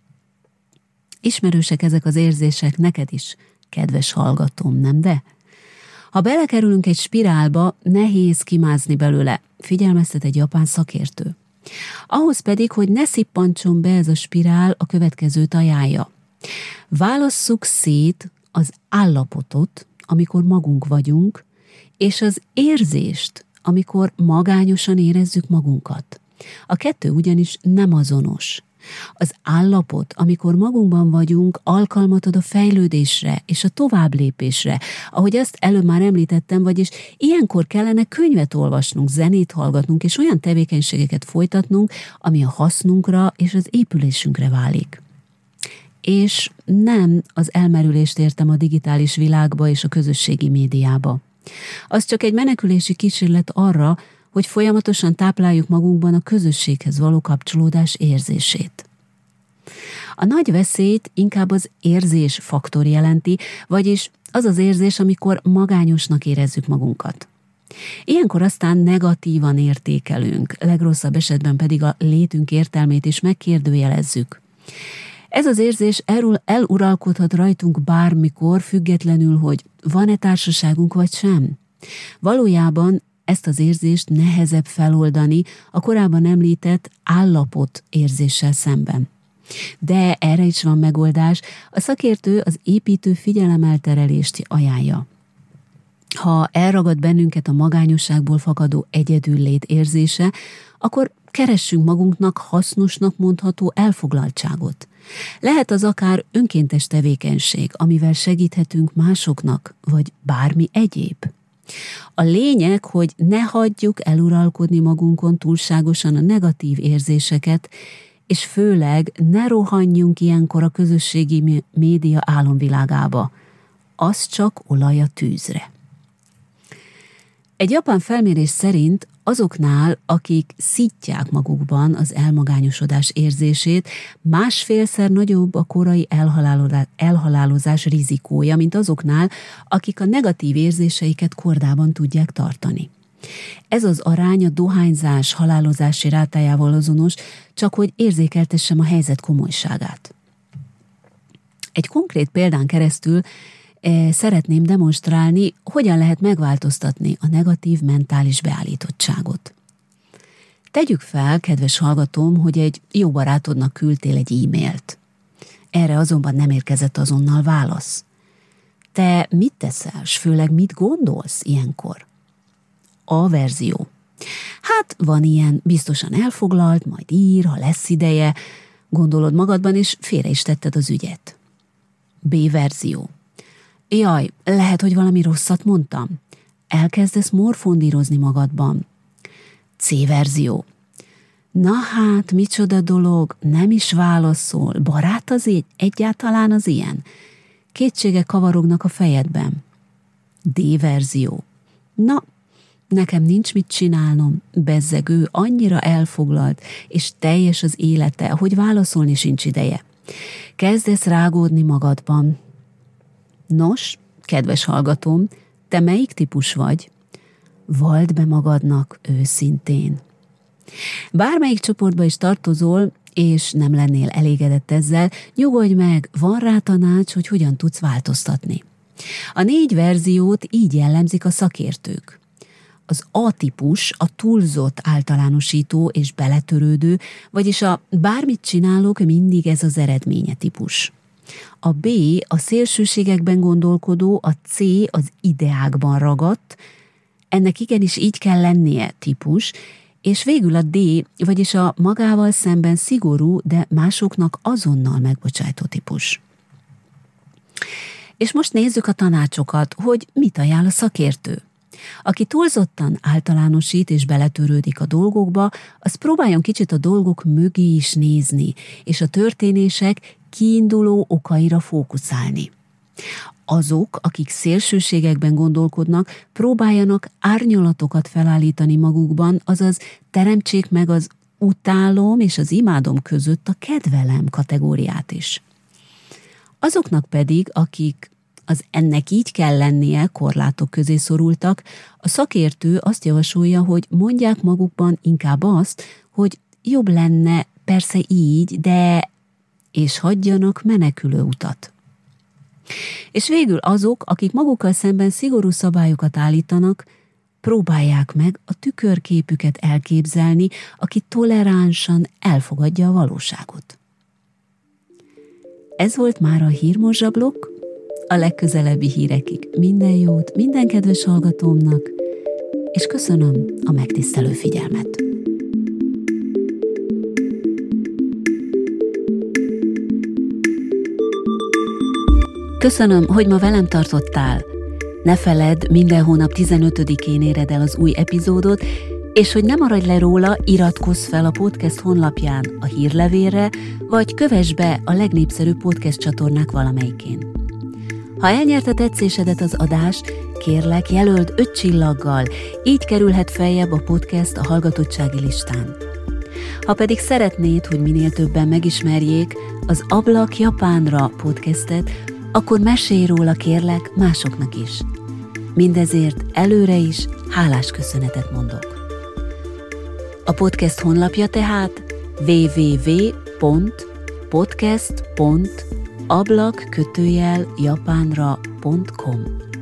Ismerősek ezek az érzések neked is, kedves hallgatóm, nem de? Ha belekerülünk egy spirálba, nehéz kimászni belőle, figyelmeztet egy japán szakértő. Ahhoz pedig, hogy ne szippantson be ez a spirál, a következőt ajánlja. Válasszuk szét az állapotot, amikor magunk vagyunk, és az érzést, amikor magányosan érezzük magunkat. A 2 ugyanis nem azonos. Az állapot, amikor magunkban vagyunk, alkalmat ad a fejlődésre és a továbblépésre, ahogy azt előbb már említettem, vagyis ilyenkor kellene könyvet olvasnunk, zenét hallgatnunk és olyan tevékenységeket folytatnunk, ami a hasznunkra és az épülésünkre válik. És nem az elmerülést értem a digitális világba és a közösségi médiába. Az csak egy menekülési kísérlet arra, hogy folyamatosan tápláljuk magunkban a közösséghez való kapcsolódás érzését. A nagy veszélyt inkább az érzés faktor jelenti, vagyis az az érzés, amikor magányosnak érezzük magunkat. Ilyenkor aztán negatívan értékelünk, legrosszabb esetben pedig a létünk értelmét is megkérdőjelezzük. Ez az érzés eluralkodhat rajtunk bármikor, függetlenül, hogy van-e társaságunk vagy sem. Valójában ezt az érzést nehezebb feloldani a korábban említett állapot érzéssel szemben. De erre is van megoldás, a szakértő az építő figyelemelterelést ajánlja. Ha elragad bennünket a magányosságból fakadó egyedüllét érzése, akkor keressünk magunknak hasznosnak mondható elfoglaltságot. Lehet az akár önkéntes tevékenység, amivel segíthetünk másoknak, vagy bármi egyéb. A lényeg, hogy ne hagyjuk eluralkodni magunkon túlságosan a negatív érzéseket, és főleg ne rohanjunk ilyenkor a közösségi média álomvilágába. Az csak olaj a tűzre. Egy japán felmérés szerint azoknál, akik szítják magukban az elmagányosodás érzését, 1,5-szer nagyobb a korai elhalálozás rizikója, mint azoknál, akik a negatív érzéseiket kordában tudják tartani. Ez az arány a dohányzás halálozási rátájával azonos, csak hogy érzékeltessem a helyzet komolyságát. Egy konkrét példán keresztül szeretném demonstrálni, hogyan lehet megváltoztatni a negatív mentális beállítottságot. Tegyük fel, kedves hallgatóm, hogy egy jó barátodnak küldtél egy e-mailt. Erre azonban nem érkezett azonnal válasz. Te mit teszel, s főleg mit gondolsz ilyenkor? A-verzió. Hát van ilyen, biztosan elfoglalt, majd ír, ha lesz ideje, gondolod magadban, és félre is tetted az ügyet. B-verzió. Jaj, lehet, hogy valami rosszat mondtam. Elkezdesz morfondírozni magadban. C-verzió. Na hát, micsoda dolog, nem is válaszol. Barát az egyáltalán az ilyen? Kétségek kavarognak a fejedben. D-verzió. Na, nekem nincs mit csinálnom. Bezzegő, annyira elfoglalt, és teljes az élete, hogy válaszolni sincs ideje. Kezdesz rágódni magadban. Nos, kedves hallgatóm, te melyik típus vagy? Valld be magadnak őszintén. Bármelyik csoportba is tartozol, és nem lennél elégedett ezzel, nyugodj meg, van rá tanács, hogy hogyan tudsz változtatni. A 4 verziót így jellemzik a szakértők. Az A-típus a túlzott általánosító és beletörődő, vagyis a bármit csinálok, mindig ez az eredménye típus. A B a szélsőségekben gondolkodó, a C az ideákban ragadt, ennek igenis így kell lennie típus, és végül a D, vagyis a magával szemben szigorú, de másoknak azonnal megbocsájtó típus. És most nézzük a tanácsokat, hogy mit ajánl a szakértő. Aki túlzottan általánosít és beletörődik a dolgokba, az próbáljon kicsit a dolgok mögé is nézni, és a történések kiinduló okaira fókuszálni. Azok, akik szélsőségekben gondolkodnak, próbáljanak árnyalatokat felállítani magukban, azaz teremtsék meg az utálom és az imádom között a kedvelem kategóriát is. Azoknak pedig, akik az ennek így kell lennie korlátok közé szorultak, a szakértő azt javasolja, hogy mondják magukban inkább azt, hogy jobb lenne persze így, de és hagyjanak menekülő utat. És végül azok, akik magukkal szemben szigorú szabályokat állítanak, próbálják meg a tükörképüket elképzelni, aki toleránsan elfogadja a valóságot. Ez volt már a Hírmorzsablok. A legközelebbi hírekig minden jót minden kedves hallgatómnak, és köszönöm a megtisztelő figyelmet. Köszönöm, hogy ma velem tartottál. Ne feledd, minden hónap 15-én éred el az új epizódot, és hogy ne maradj le róla, iratkozz fel a podcast honlapján a hírlevélre, vagy kövess be a legnépszerűbb podcast csatornák valamelyikén. Ha elnyerte tetszésedet az adás, kérlek, jelöld 5 csillaggal, így kerülhet feljebb a podcast a hallgatottsági listán. Ha pedig szeretnéd, hogy minél többen megismerjék az Ablak Japánra podcastet, akkor mesélj róla, kérlek, másoknak is. Mindezért előre is hálás köszönetet mondok. A podcast honlapja tehát www.podcast.ablak-japánra.com